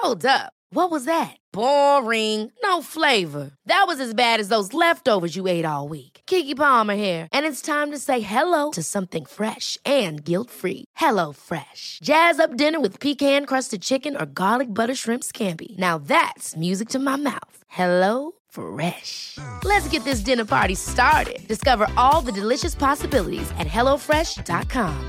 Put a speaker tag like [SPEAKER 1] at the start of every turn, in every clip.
[SPEAKER 1] Hold up. What was that? Boring. No flavor. That was as bad as those leftovers you ate all week. Keke Palmer here, and it's time to say hello to something fresh and guilt-free. Hello Fresh. Jazz up dinner with pecan-crusted chicken or garlic butter shrimp scampi. Now that's music to my mouth. Hello Fresh. Let's get this dinner party started. Discover all the delicious possibilities at hellofresh.com.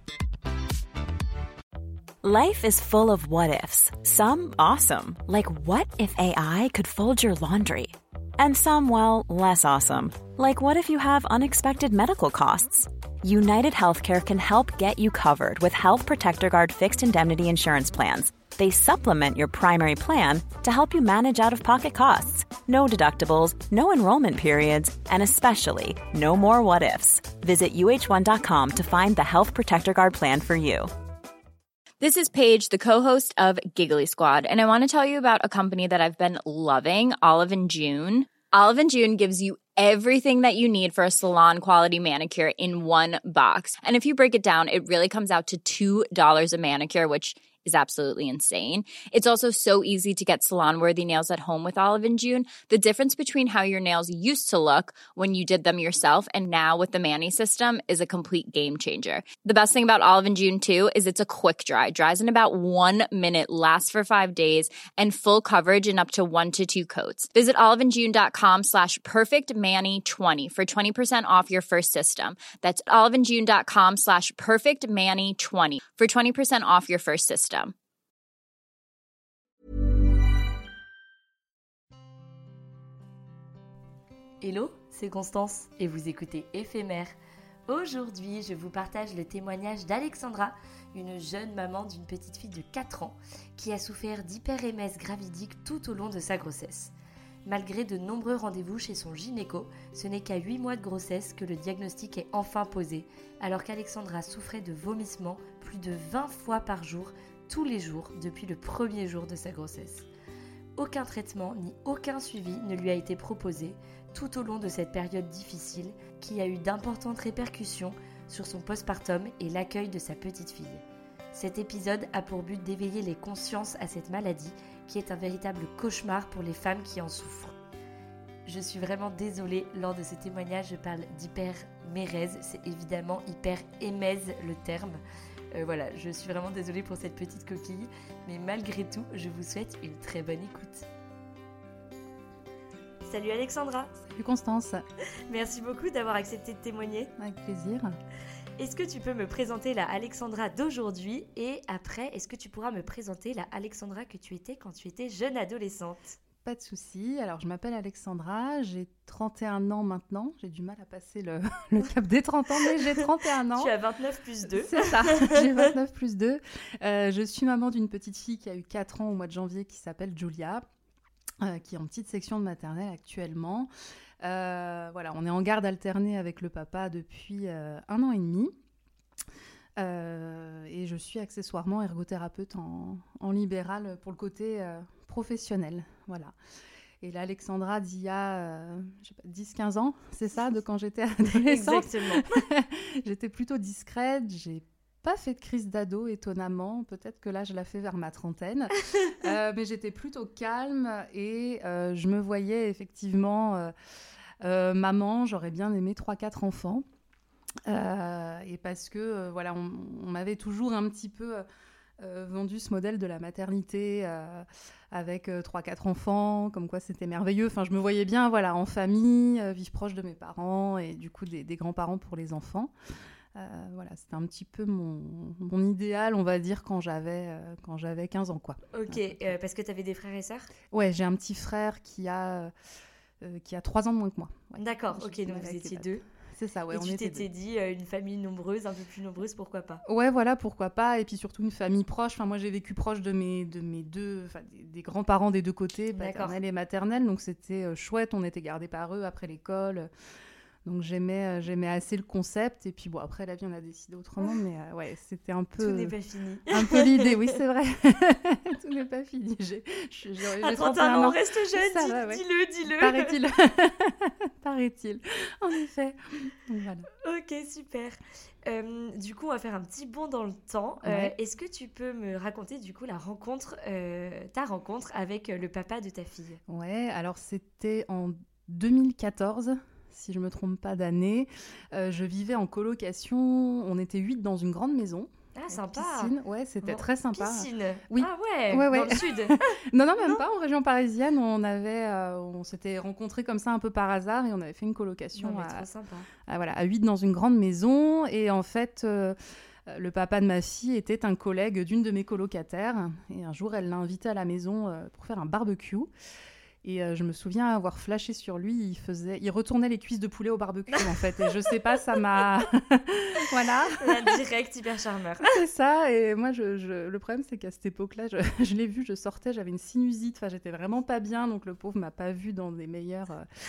[SPEAKER 2] Life is full of what-ifs. Some awesome, like what if AI could fold your laundry? And some, well, less awesome, like what if you have unexpected medical costs? United Healthcare can help get you covered with Health Protector Guard fixed indemnity insurance plans. They supplement your primary plan to help you manage out-of-pocket costs. No deductibles, no enrollment periods, and especially no more what-ifs. Visit uh1.com to find the Health Protector Guard plan for you.
[SPEAKER 3] This is Paige, the co-host of Giggly Squad, and I want to tell you about a company that I've been loving, Olive & June. Olive & June gives you everything that you need for a salon-quality manicure in one box. And if you break it down, it really comes out to $2 a manicure, which is absolutely insane. It's also so easy to get salon-worthy nails at home with Olive & June. The difference between how your nails used to look when you did them yourself and now with the Mani system is a complete game changer. The best thing about Olive & June, too, is it's a quick dry. Dries in about 1 minute, lasts for 5 days, and full coverage in up to 1 to 2 coats. Visit oliveandjune.com/perfectmani20 for 20% off your first system. That's oliveandjune.com/perfectmani20 for 20% off your first system.
[SPEAKER 4] Hello, c'est Constance et vous écoutez Éphémère. Aujourd'hui, je vous partage le témoignage d'Alexandra, une jeune maman d'une petite fille de 4 ans qui a souffert d'hyperémèse gravidique tout au long de sa grossesse. Malgré de nombreux rendez-vous chez son gynéco, ce n'est qu'à 8 mois de grossesse que le diagnostic est enfin posé, alors qu'Alexandra souffrait de vomissements plus de 20 fois par jour, tous les jours, depuis le premier jour de sa grossesse. Aucun traitement ni aucun suivi ne lui a été proposé tout au long de cette période difficile qui a eu d'importantes répercussions sur son postpartum et l'accueil de sa petite fille. Cet épisode a pour but d'éveiller les consciences à cette maladie qui est un véritable cauchemar pour les femmes qui en souffrent. Je suis vraiment désolée, lors de ce témoignage, je parle d'hypermérèse, c'est évidemment hyperémèse le terme. Voilà, je suis vraiment désolée pour cette petite coquille, mais malgré tout, je vous souhaite une très bonne écoute. Salut Alexandra.
[SPEAKER 5] Salut Constance.
[SPEAKER 4] Merci beaucoup d'avoir accepté de témoigner.
[SPEAKER 5] Avec plaisir.
[SPEAKER 4] Est-ce que tu peux me présenter la Alexandra d'aujourd'hui et après, est-ce que tu pourras me présenter la Alexandra que tu étais quand tu étais jeune adolescente ?
[SPEAKER 5] Pas de souci. Alors, je m'appelle Alexandra, j'ai 31 ans maintenant. J'ai du mal à passer le cap des 30 ans, mais j'ai 31 ans.
[SPEAKER 4] Tu as 29 plus 2.
[SPEAKER 5] C'est ça, j'ai 29 plus 2. Je suis maman d'une petite fille qui a eu 4 ans au mois de janvier qui s'appelle Julia, qui est en petite section de maternelle actuellement. Voilà, on est en garde alternée avec le papa depuis 1 an et demi. Et je suis accessoirement ergothérapeute en libéral pour le côté professionnel. Voilà. Et là, Alexandra, d'il y a 10-15 ans, c'est ça, de quand j'étais adolescente.
[SPEAKER 4] Exactement.
[SPEAKER 5] J'étais plutôt discrète, j'ai pas fait de crise d'ado, étonnamment. Peut-être que là, je la fais vers ma trentaine. Mais j'étais plutôt calme et je me voyais effectivement maman. J'aurais bien aimé 3-4 enfants. Et parce que, voilà, on m'avait toujours un petit peu vendu ce modèle de la maternité avec 3-4 enfants, comme quoi c'était merveilleux. Enfin, je me voyais bien, voilà, en famille, vivre proche de mes parents et du coup des grands-parents pour les enfants. Voilà, c'était un petit peu mon idéal, on va dire, quand j'avais 15 ans, quoi.
[SPEAKER 4] Ok, parce que tu avais des frères et sœurs ?
[SPEAKER 5] Ouais, j'ai un petit frère qui a 3 ans de moins que moi. Ouais.
[SPEAKER 4] D'accord, ok, donc vous étiez 2.
[SPEAKER 5] C'est ça, ouais.
[SPEAKER 4] Et tu t'étais dit, une famille nombreuse, un peu plus nombreuse, pourquoi pas ?
[SPEAKER 5] Ouais, voilà, pourquoi pas. Et puis surtout une famille proche. Enfin, moi, j'ai vécu proche de mes deux, enfin, des grands-parents des deux côtés, paternels et maternels. Donc, c'était chouette. On était gardés par eux après l'école. Donc j'aimais assez le concept. Et puis bon, après la vie, on a décidé autrement. Mais ouais, c'était un peu...
[SPEAKER 4] Tout n'est pas fini.
[SPEAKER 5] Un peu l'idée, oui, c'est vrai. Tout n'est pas fini.
[SPEAKER 4] À 31 ans, on reste jeune,
[SPEAKER 5] Ça va, ouais.
[SPEAKER 4] dis-le.
[SPEAKER 5] Paraît-il. Paraît-il. En effet. Donc, voilà.
[SPEAKER 4] Ok, super. Du coup, on va faire un petit bond dans le temps.
[SPEAKER 5] Ouais.
[SPEAKER 4] Est-ce que tu peux me raconter du coup ta rencontre avec le papa de ta fille?
[SPEAKER 5] Ouais, alors c'était en 2014, si je me trompe pas d'année. Je vivais en colocation. On était 8 dans une grande maison.
[SPEAKER 4] Ah, sympa.
[SPEAKER 5] Piscine, ouais, c'était
[SPEAKER 4] Bon,
[SPEAKER 5] très sympa.
[SPEAKER 4] Piscine.
[SPEAKER 5] Oui.
[SPEAKER 4] Ah ouais,
[SPEAKER 5] Ouais.
[SPEAKER 4] dans le sud.
[SPEAKER 5] Non, même pas en région parisienne. On s'était rencontrés comme ça un peu par hasard et on avait fait une colocation
[SPEAKER 4] Non, mais trop sympa.
[SPEAKER 5] à 8 dans une grande maison. Et en fait, le papa de ma fille était un collègue d'une de mes colocataires. Et un jour, elle l'a invité à la maison pour faire un barbecue. Et je me souviens avoir flashé sur lui, il retournait les cuisses de poulet au barbecue en fait. Et je sais pas, ça m'a... Voilà.
[SPEAKER 4] Là, direct, hyper charmeur.
[SPEAKER 5] C'est ça, et moi, le problème, c'est qu'à cette époque-là, je l'ai vu, je sortais, j'avais une sinusite, enfin, j'étais vraiment pas bien, donc le pauvre m'a pas vue dans les meilleures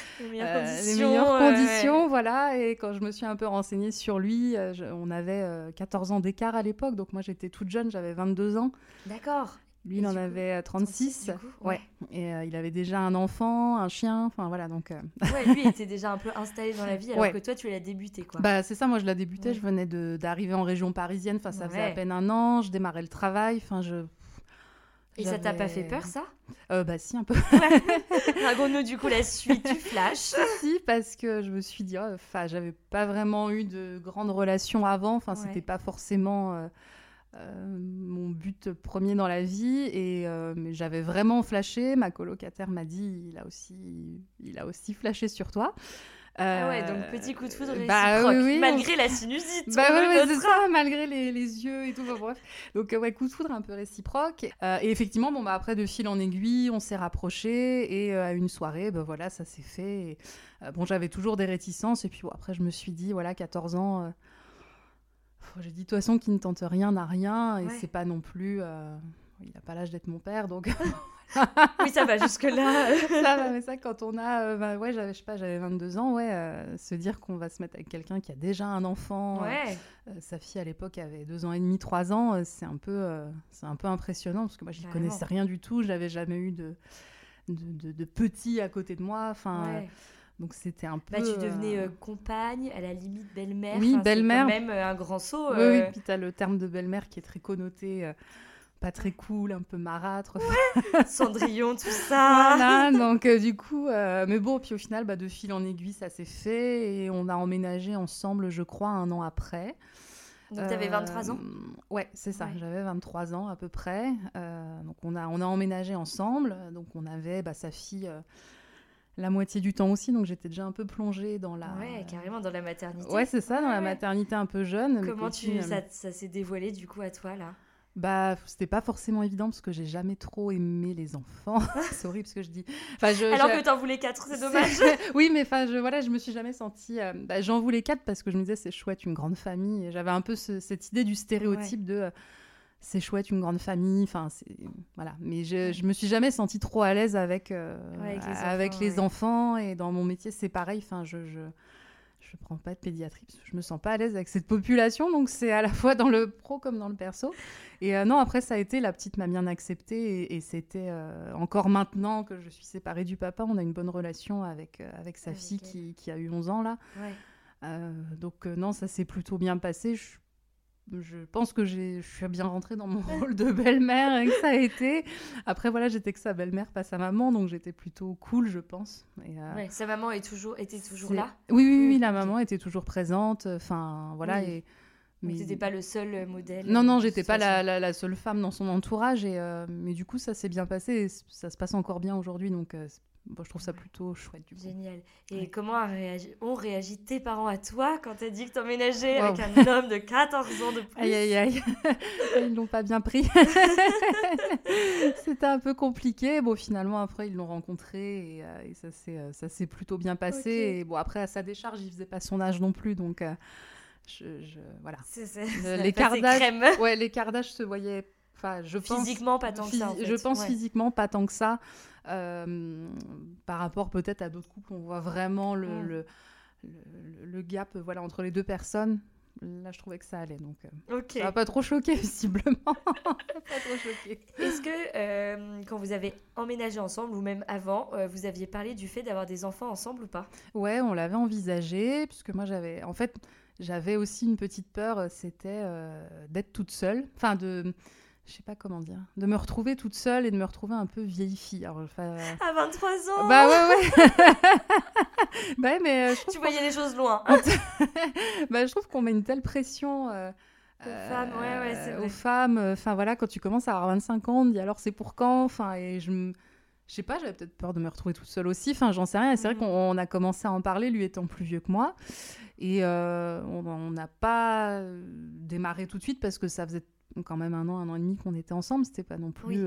[SPEAKER 5] conditions, voilà. Et quand je me suis un peu renseignée sur lui, on avait 14 ans d'écart à l'époque, donc moi, j'étais toute jeune, j'avais 22 ans.
[SPEAKER 4] D'accord.
[SPEAKER 5] Lui, il en avait 36.
[SPEAKER 4] 36 du coup,
[SPEAKER 5] ouais. Et il avait déjà un enfant, un chien, enfin voilà, donc...
[SPEAKER 4] Ouais, lui était déjà un peu installé dans la vie, alors
[SPEAKER 5] Ouais.
[SPEAKER 4] que toi, tu l'as débuté, quoi.
[SPEAKER 5] Bah, c'est ça, moi, je l'ai débuté,
[SPEAKER 4] Ouais.
[SPEAKER 5] je venais d'arriver en région parisienne, enfin, ça faisait à
[SPEAKER 4] Ouais.
[SPEAKER 5] peine un an, je démarrais le travail, enfin,
[SPEAKER 4] Et ça t'a pas fait peur, ça?
[SPEAKER 5] Bah si, un peu.
[SPEAKER 4] Raconte-nous du coup la suite du flash.
[SPEAKER 5] Si, parce que je me suis dit, enfin, j'avais pas vraiment eu de grandes relations avant, enfin,
[SPEAKER 4] Ouais.
[SPEAKER 5] c'était pas forcément mon but premier dans la vie, et mais j'avais vraiment flashé. Ma colocataire m'a dit, il a aussi flashé sur toi.
[SPEAKER 4] Ah ouais, donc petit coup de foudre
[SPEAKER 5] bah,
[SPEAKER 4] réciproque,
[SPEAKER 5] oui,
[SPEAKER 4] malgré la sinusite.
[SPEAKER 5] Bah
[SPEAKER 4] on
[SPEAKER 5] ouais,
[SPEAKER 4] le
[SPEAKER 5] ouais, c'est
[SPEAKER 4] notera.
[SPEAKER 5] ça, malgré les yeux et tout, enfin, bref. Donc ouais, coup de foudre un peu réciproque. Et effectivement, bon, bah, après, de fil en aiguille, on s'est rapprochés, et à une soirée, bah, voilà, ça s'est fait. Et, bon, j'avais toujours des réticences, et puis bon, après, je me suis dit, voilà, 14 ans, j'ai dit, de toute façon, qui ne tente rien n'a rien, et
[SPEAKER 4] Ouais.
[SPEAKER 5] c'est pas non plus... il n'a pas l'âge d'être mon père, donc...
[SPEAKER 4] Oui, ça va jusque-là.
[SPEAKER 5] Ça va, mais ça, quand on a... ouais, j'avais 22 ans, ouais, se dire qu'on va se mettre avec quelqu'un qui a déjà un enfant...
[SPEAKER 4] Ouais.
[SPEAKER 5] sa fille, à l'époque, avait 2 ans et demi, 3 ans. C'est un peu impressionnant, parce que moi, j'y
[SPEAKER 4] Carrément.
[SPEAKER 5] connaissais rien du tout. Je n'avais jamais eu de petit à côté de moi. Enfin,
[SPEAKER 4] Ouais.
[SPEAKER 5] donc, c'était un peu...
[SPEAKER 4] Bah, tu devenais compagne, à la limite belle-mère.
[SPEAKER 5] Oui,
[SPEAKER 4] Enfin,
[SPEAKER 5] belle-mère.
[SPEAKER 4] C'est quand même un grand saut.
[SPEAKER 5] Oui, puis tu as le terme de belle-mère qui est très connoté, pas très cool, un peu marâtre.
[SPEAKER 4] Cendrillon, tout ça.
[SPEAKER 5] Voilà, donc du coup... mais bon, puis au final, bah, de fil en aiguille, ça s'est fait. Et on a emménagé ensemble, je crois, 1 an après.
[SPEAKER 4] Donc, t'avais 23 ans?
[SPEAKER 5] Ouais, c'est ça.
[SPEAKER 4] Ouais.
[SPEAKER 5] J'avais 23 ans à peu près. Donc on a emménagé ensemble. Donc on avait sa fille la moitié du temps aussi. Donc j'étais déjà un peu plongée dans la...
[SPEAKER 4] Ouais, carrément dans la maternité.
[SPEAKER 5] Ouais, c'est ça, dans la
[SPEAKER 4] Ouais.
[SPEAKER 5] maternité un peu jeune. Mes
[SPEAKER 4] Comment
[SPEAKER 5] copines,
[SPEAKER 4] ça s'est dévoilé du coup à toi là?
[SPEAKER 5] Bah, c'était pas forcément évident parce que j'ai jamais trop aimé les enfants. C'est horrible ce que je dis. Enfin,
[SPEAKER 4] Alors que t'en voulais 4, c'est dommage.
[SPEAKER 5] Oui, mais enfin, je me suis jamais sentie... j'en voulais 4 parce que je me disais, c'est chouette, une grande famille. Et j'avais un peu cette idée du stéréotype de... c'est chouette, une grande famille. Enfin, voilà. Mais je me suis jamais sentie trop à l'aise avec les enfants. Et dans mon métier, c'est pareil. Enfin, je prends pas de pédiatrie parce que je me sens pas à l'aise avec cette population. Donc, c'est à la fois dans le pro comme dans le perso. Et non, après, ça a été... La petite m'a bien acceptée. Et c'était... encore maintenant que je suis séparée du papa, on a une bonne relation avec sa fille qui a eu 11 ans, là.
[SPEAKER 4] Ouais.
[SPEAKER 5] Donc, non, ça s'est plutôt bien passé. Je pense que je suis bien rentrée dans mon rôle de belle-mère et que ça a été. Après, voilà, j'étais que sa belle-mère, pas sa maman, donc j'étais plutôt cool, je pense. Et,
[SPEAKER 4] Ouais, sa maman était toujours là?
[SPEAKER 5] Oui, la maman était toujours présente. Enfin, voilà.
[SPEAKER 4] Oui. Mais t'étais pas le seul modèle?
[SPEAKER 5] Non, j'étais pas la seule femme dans son entourage. Mais du coup, ça s'est bien passé. Et ça se passe encore bien aujourd'hui, donc bon, je trouve ça plutôt chouette, du coup.
[SPEAKER 4] Génial. Et
[SPEAKER 5] Ouais.
[SPEAKER 4] comment ont réagi tes parents à toi quand t'as dit que t'emménageais
[SPEAKER 5] Wow.
[SPEAKER 4] avec un homme de 14 ans de plus?
[SPEAKER 5] Aïe. Ils l'ont pas bien pris. C'était un peu compliqué. Bon, finalement, après, ils l'ont rencontré et ça s'est plutôt bien passé.
[SPEAKER 4] Ok.
[SPEAKER 5] Et bon, après, à sa décharge, il faisait pas son âge non plus. Donc, voilà. L'écart d'âge,
[SPEAKER 4] crème.
[SPEAKER 5] ouais, l'écart d'âge se voyait... Enfin, je pense...
[SPEAKER 4] Physiquement, pas tant que ça, en fait.
[SPEAKER 5] Je pense
[SPEAKER 4] Ouais.
[SPEAKER 5] physiquement, pas tant que ça. Par rapport peut-être à d'autres couples, on voit vraiment le gap voilà, entre les deux personnes, là, je trouvais que ça allait. Donc,
[SPEAKER 4] Ok.
[SPEAKER 5] ça m'a pas trop choqué, visiblement. Pas trop choqué.
[SPEAKER 4] Est-ce que quand vous avez emménagé ensemble ou même avant, vous aviez parlé du fait d'avoir des enfants ensemble ou pas?
[SPEAKER 5] Ouais, on l'avait envisagé, puisque moi, j'avais aussi une petite peur, c'était d'être toute seule. Enfin, je sais pas comment dire, de me retrouver toute seule et de me retrouver un peu vieille fille. Alors,
[SPEAKER 4] À 23 ans,
[SPEAKER 5] bah ouais. Bah ouais, mais je trouve
[SPEAKER 4] tu voyais les choses loin.
[SPEAKER 5] bah, je trouve qu'on met une telle pression
[SPEAKER 4] Aux femmes, ouais, c'est vrai.
[SPEAKER 5] aux femmes. Enfin voilà, quand tu commences à avoir 25 ans, on te dit alors c'est pour quand? Enfin, et je sais pas, j'avais peut-être peur de me retrouver toute seule aussi. Enfin, j'en sais rien. Et c'est vrai qu'on a commencé à en parler, lui étant plus vieux que moi. Et on n'a pas démarré tout de suite parce que ça faisait quand même un an et demi qu'on était ensemble. C'était pas non plus...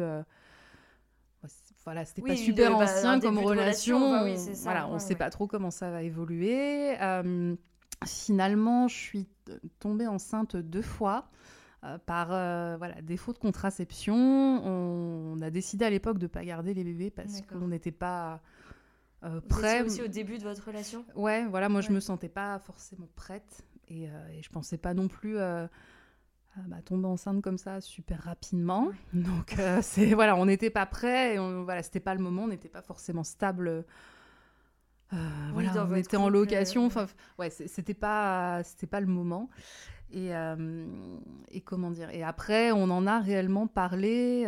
[SPEAKER 5] voilà, c'était pas super ancien comme relation.
[SPEAKER 4] Bah oui, c'est ça.
[SPEAKER 5] Voilà, on sait pas trop comment ça va évoluer. Finalement, je suis tombée enceinte 2 fois par voilà, défaut de contraception. On a décidé à l'époque de pas garder les bébés parce qu'on n'était pas prêts.
[SPEAKER 4] Vous étiez aussi au début de votre relation?
[SPEAKER 5] Ouais, voilà, moi je me sentais pas forcément prête et je pensais pas non plus tomber enceinte comme ça super rapidement. Donc voilà, on n'était pas prêts et voilà, c'était pas le moment, on n'était pas forcément stable. Voilà, on était en location. Enfin, ouais, c'était pas le moment. Et comment dire. Et après, on en a réellement parlé.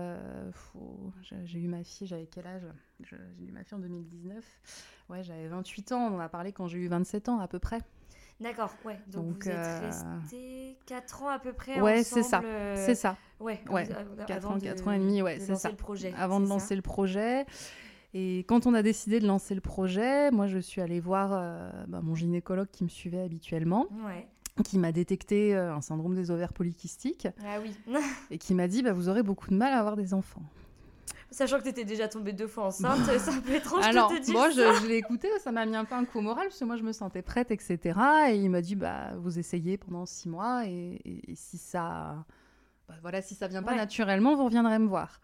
[SPEAKER 5] J'ai eu ma fille, j'avais quel âge? J'ai eu ma fille en 2019. Ouais, j'avais 28 ans. On en a parlé quand j'ai eu 27 ans à peu près.
[SPEAKER 4] D'accord, ouais. Donc vous êtes restés 4 ans à peu près
[SPEAKER 5] ouais,
[SPEAKER 4] ensemble.
[SPEAKER 5] C'est ça.
[SPEAKER 4] Ouais,
[SPEAKER 5] 4 ans et demi, ouais, c'est ça.
[SPEAKER 4] Le projet,
[SPEAKER 5] avant de lancer le projet. Et quand on a décidé de lancer le projet, moi, je suis allée voir mon gynécologue qui me suivait habituellement, qui m'a détecté un syndrome des ovaires polykystiques.
[SPEAKER 4] Ah oui.
[SPEAKER 5] Et qui m'a dit, vous aurez beaucoup de mal à avoir des enfants.
[SPEAKER 4] Sachant que tu étais déjà tombée 2 fois enceinte, c'est un peu étrange
[SPEAKER 5] alors,
[SPEAKER 4] de te dire
[SPEAKER 5] moi,
[SPEAKER 4] ça.
[SPEAKER 5] je l'ai écouté, ça m'a mis un peu un coup au moral, parce que moi, je me sentais prête, etc. Et il m'a dit, vous essayez pendant 6 mois, et si ça... voilà, si ça vient pas naturellement, vous reviendrez me voir.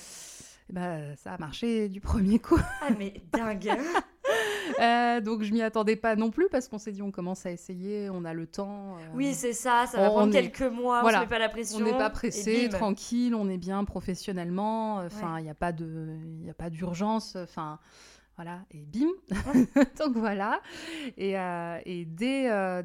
[SPEAKER 5] Et ça a marché du premier coup.
[SPEAKER 4] Ah, mais dingue.
[SPEAKER 5] Donc je m'y attendais pas non plus parce qu'on s'est dit on commence à essayer, on a le temps.
[SPEAKER 4] Oui, c'est ça va prendre quelques mois,
[SPEAKER 5] voilà,
[SPEAKER 4] on se met pas la pression.
[SPEAKER 5] On n'est pas pressé, tranquille, on est bien professionnellement. Enfin, il y a pas d'urgence. Enfin, voilà, et bim. Donc voilà. Et dès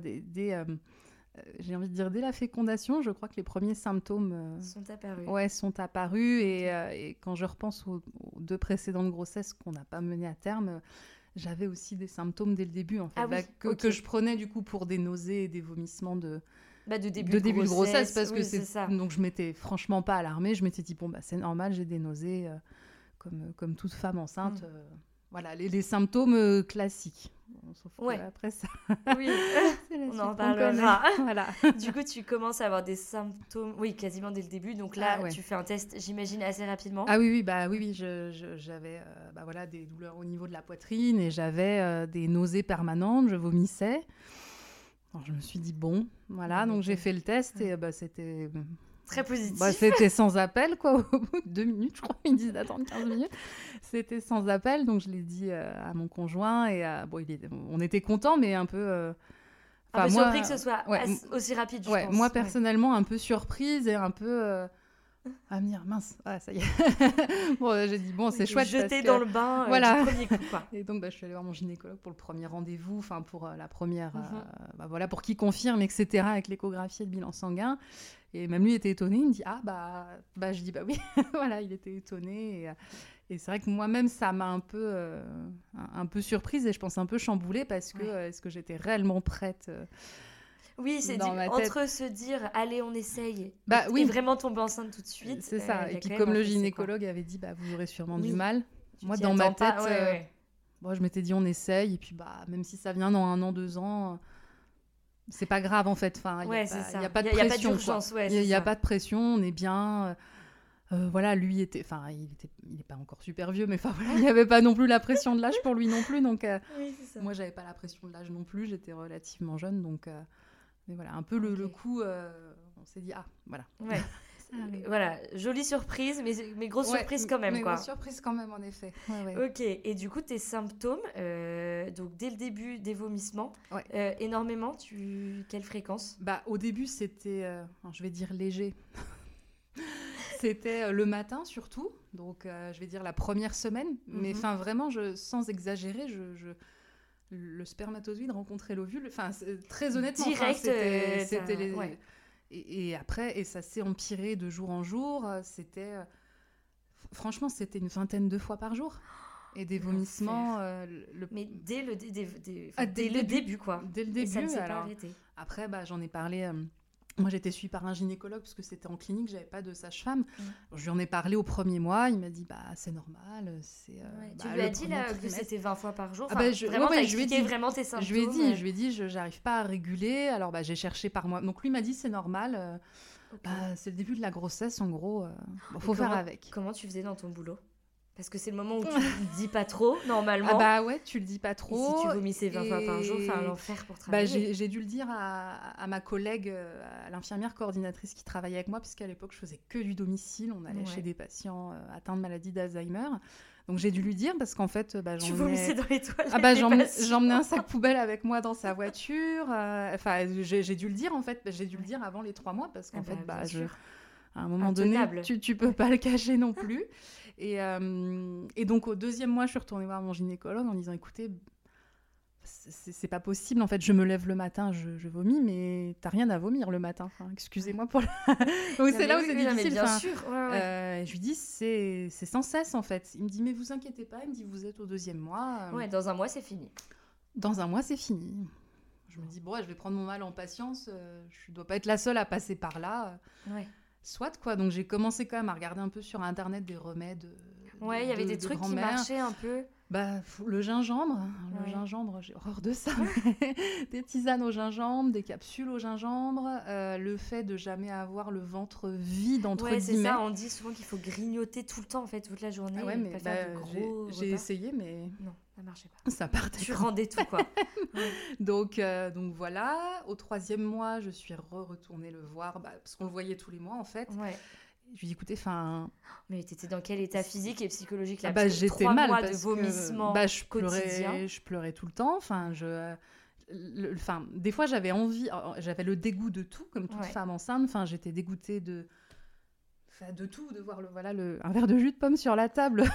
[SPEAKER 5] j'ai envie de dire dès la fécondation, je crois que les premiers symptômes
[SPEAKER 4] sont apparus.
[SPEAKER 5] Ouais, sont apparus. Et quand je repense aux 2 précédentes grossesses qu'on n'a pas menées à terme, j'avais aussi des symptômes dès le début, en fait, que je prenais du coup pour des nausées et des vomissements de début de grossesse parce que c'est ça. Donc je m'étais franchement pas alarmée. Je m'étais dit c'est normal, j'ai des nausées comme toute femme enceinte. Voilà, les symptômes classiques. Sauf après ça,
[SPEAKER 4] oui, on en parlera. Voilà. Du coup, tu commences à avoir des symptômes, quasiment dès le début. Donc là, tu fais un test, j'imagine, assez rapidement.
[SPEAKER 5] Ah oui, j'avais des douleurs au niveau de la poitrine et j'avais des nausées permanentes, je vomissais. Alors, je me suis dit voilà, donc j'ai fait le test et c'était...
[SPEAKER 4] Très positif.
[SPEAKER 5] C'était sans appel, quoi. Au bout de 2 minutes, je crois, ils disent d'attendre 15 minutes. C'était sans appel, donc je l'ai dit à mon conjoint. Et on était contents, mais un peu...
[SPEAKER 4] un peu surpris que ce soit aussi rapide, je pense.
[SPEAKER 5] Moi, personnellement, un peu surprise et un peu... à me dire, mince, ça y est. J'ai dit, c'est chouette.
[SPEAKER 4] Jeter dans le bain du premier coup, quoi.
[SPEAKER 5] Et donc, je suis allée voir mon gynécologue pour le premier rendez-vous, pour la première... pour qu'il confirme, etc., avec l'échographie et le bilan sanguin. Et même lui était étonné, il me dit je dis oui, voilà, il était étonné et c'est vrai que moi-même ça m'a un peu surprise et je pense un peu chamboulée parce que est-ce que j'étais réellement prête
[SPEAKER 4] oui, c'est entre se dire allez on essaye et vraiment tomber enceinte tout de suite.
[SPEAKER 5] C'est ça. Et puis comme le gynécologue avait dit vous aurez sûrement du mal. Moi dans ma tête, je m'étais dit on essaye et puis même si ça vient dans 1 an, 2 ans. C'est pas grave en fait, il n'y a pas de pression. Il n'y a pas d'urgence, il n'y a pas de pression, on est bien. Voilà, lui il n'est pas encore super vieux, mais il n'y avait pas non plus la pression de l'âge pour lui non plus. Donc moi j'avais pas la pression de l'âge non plus, j'étais relativement jeune. Donc mais voilà, un peu le coup, on s'est dit voilà.
[SPEAKER 4] voilà, jolie surprise, mais grosse surprise quand même,
[SPEAKER 5] mais
[SPEAKER 4] quoi.
[SPEAKER 5] grosse surprise quand même, en effet. Ouais.
[SPEAKER 4] Ok, et du coup, tes symptômes, donc dès le début des vomissements, énormément, quelle fréquence?
[SPEAKER 5] Au début, c'était, je vais dire léger. C'était le matin surtout, donc je vais dire la première semaine. Mais vraiment, sans exagérer, le spermatozoïde rencontrait l'ovule. Très honnêtement,
[SPEAKER 4] direct,
[SPEAKER 5] c'était les... Et après, et ça s'est empiré de jour en jour. Franchement, c'était une vingtaine de fois par jour. Et des vomissements...
[SPEAKER 4] Mais dès le début, quoi.
[SPEAKER 5] Dès le début,
[SPEAKER 4] et ça ne s'est pas arrêté.
[SPEAKER 5] Après, j'en ai parlé... Moi, j'étais suivie par un gynécologue parce que c'était en clinique, j'avais pas de sage-femme. Je lui en ai parlé au premier mois, il m'a dit c'est normal.
[SPEAKER 4] Tu lui as dit là que c'était 20 fois par jour.
[SPEAKER 5] Vraiment,
[SPEAKER 4] t'as expliqué vraiment tes symptômes.
[SPEAKER 5] Je lui ai dit, j'arrive pas à réguler. Alors, j'ai cherché par moi. Donc, lui m'a dit, c'est normal. C'est le début de la grossesse, en gros. Faut faire avec.
[SPEAKER 4] Comment tu faisais dans ton boulot? Parce que c'est le moment où tu le dis pas trop, normalement.
[SPEAKER 5] Tu le dis pas trop.
[SPEAKER 4] Et si tu vomissais 20 fois par jour, l'enfer pour travailler.
[SPEAKER 5] J'ai dû le dire à ma collègue, à l'infirmière coordinatrice qui travaillait avec moi, puisqu'à l'époque, je faisais que du domicile. On allait chez des patients atteints de maladie d'Alzheimer. Donc, j'ai dû lui dire, parce qu'en fait,
[SPEAKER 4] tu vomissais dans les toilettes.
[SPEAKER 5] J'emmenais un sac poubelle avec moi dans sa voiture. J'ai dû le dire, en fait. J'ai dû le dire avant les 3 mois, parce qu'en fait, à un moment donné, tu peux pas le cacher non plus. Et donc, au 2e mois, je suis retournée voir mon gynécologue en disant, écoutez, c'est pas possible. En fait, je me lève le matin, je vomis, mais t'as rien à vomir le matin. Excusez-moi pour Donc, c'est là où c'est difficile.
[SPEAKER 4] Bien sûr.
[SPEAKER 5] Je lui dis, c'est sans cesse, en fait. Il me dit, mais vous inquiétez pas. Il me dit, vous êtes au 2e mois.
[SPEAKER 4] Dans un mois, c'est fini.
[SPEAKER 5] Dans un mois, c'est fini. Je me dis, je vais prendre mon mal en patience. Je dois pas être la seule à passer par là. Soit, quoi. Donc, j'ai commencé quand même à regarder un peu sur Internet des remèdes.
[SPEAKER 4] Il y avait des trucs qui marchaient un peu.
[SPEAKER 5] Le gingembre. Le gingembre, j'ai horreur de ça. Des tisanes au gingembre, des capsules au gingembre. Le fait de jamais avoir le ventre vide, entre guillemets.
[SPEAKER 4] C'est ça. On dit souvent qu'il faut grignoter tout le temps, en fait, toute la journée.
[SPEAKER 5] Mais
[SPEAKER 4] pas faire de gros
[SPEAKER 5] j'ai essayé, mais...
[SPEAKER 4] Non, ça marchait pas.
[SPEAKER 5] Ça partait.
[SPEAKER 4] Tu rendais tout, quoi.
[SPEAKER 5] Donc voilà. Au 3e mois, je suis retournée le voir, parce qu'on le voyait tous les mois, en fait. Je lui ai dit, écoutez,
[SPEAKER 4] Mais t'étais dans quel état physique et psychologique là?
[SPEAKER 5] J'étais
[SPEAKER 4] 3
[SPEAKER 5] mal
[SPEAKER 4] mois
[SPEAKER 5] parce
[SPEAKER 4] de vomissement quotidien.
[SPEAKER 5] Je pleurais tout le temps. Des fois, j'avais envie, j'avais le dégoût de tout, comme toute femme enceinte. J'étais dégoûtée de tout, de voir un verre de jus de pomme sur la table.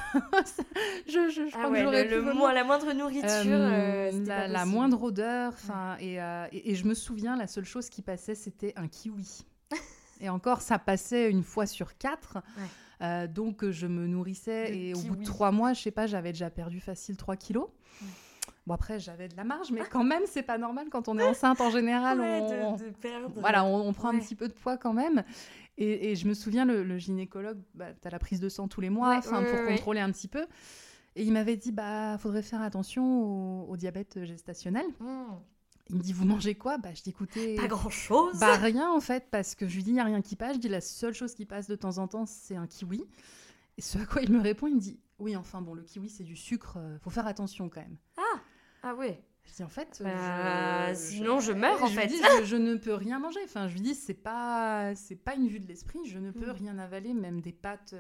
[SPEAKER 5] je crois que j'aurais pu
[SPEAKER 4] la moindre nourriture,
[SPEAKER 5] la moindre odeur. Et je me souviens, la seule chose qui passait, c'était un kiwi. Et encore, ça passait une fois sur 4. Donc, je me nourrissais. Et au bout de 3 mois, je sais pas, j'avais déjà perdu facile 3 kilos. Bon, après, j'avais de la marge, mais quand même, c'est pas normal. Quand on est enceinte, en général,
[SPEAKER 4] de perdre.
[SPEAKER 5] On prend un petit peu de poids quand même. Et je me souviens, le gynécologue, t'as la prise de sang tous les mois pour contrôler un petit peu. Et il m'avait dit, faudrait faire attention au diabète gestationnel. Il me dit, vous mangez quoi? Je dis, écoutez...
[SPEAKER 4] Pas grand-chose.
[SPEAKER 5] Rien, en fait, parce que je lui dis, il n'y a rien qui passe. Je dis, la seule chose qui passe de temps en temps, c'est un kiwi. Et ce à quoi il me répond, il me dit, oui, enfin, le kiwi, c'est du sucre, faut faire attention quand même.
[SPEAKER 4] Ah ouais.
[SPEAKER 5] Je dis, en fait...
[SPEAKER 4] sinon, je meurs, en fait.
[SPEAKER 5] Je lui dis, je ne peux rien manger. Je lui dis, c'est pas une vue de l'esprit, je ne peux rien avaler, même des pâtes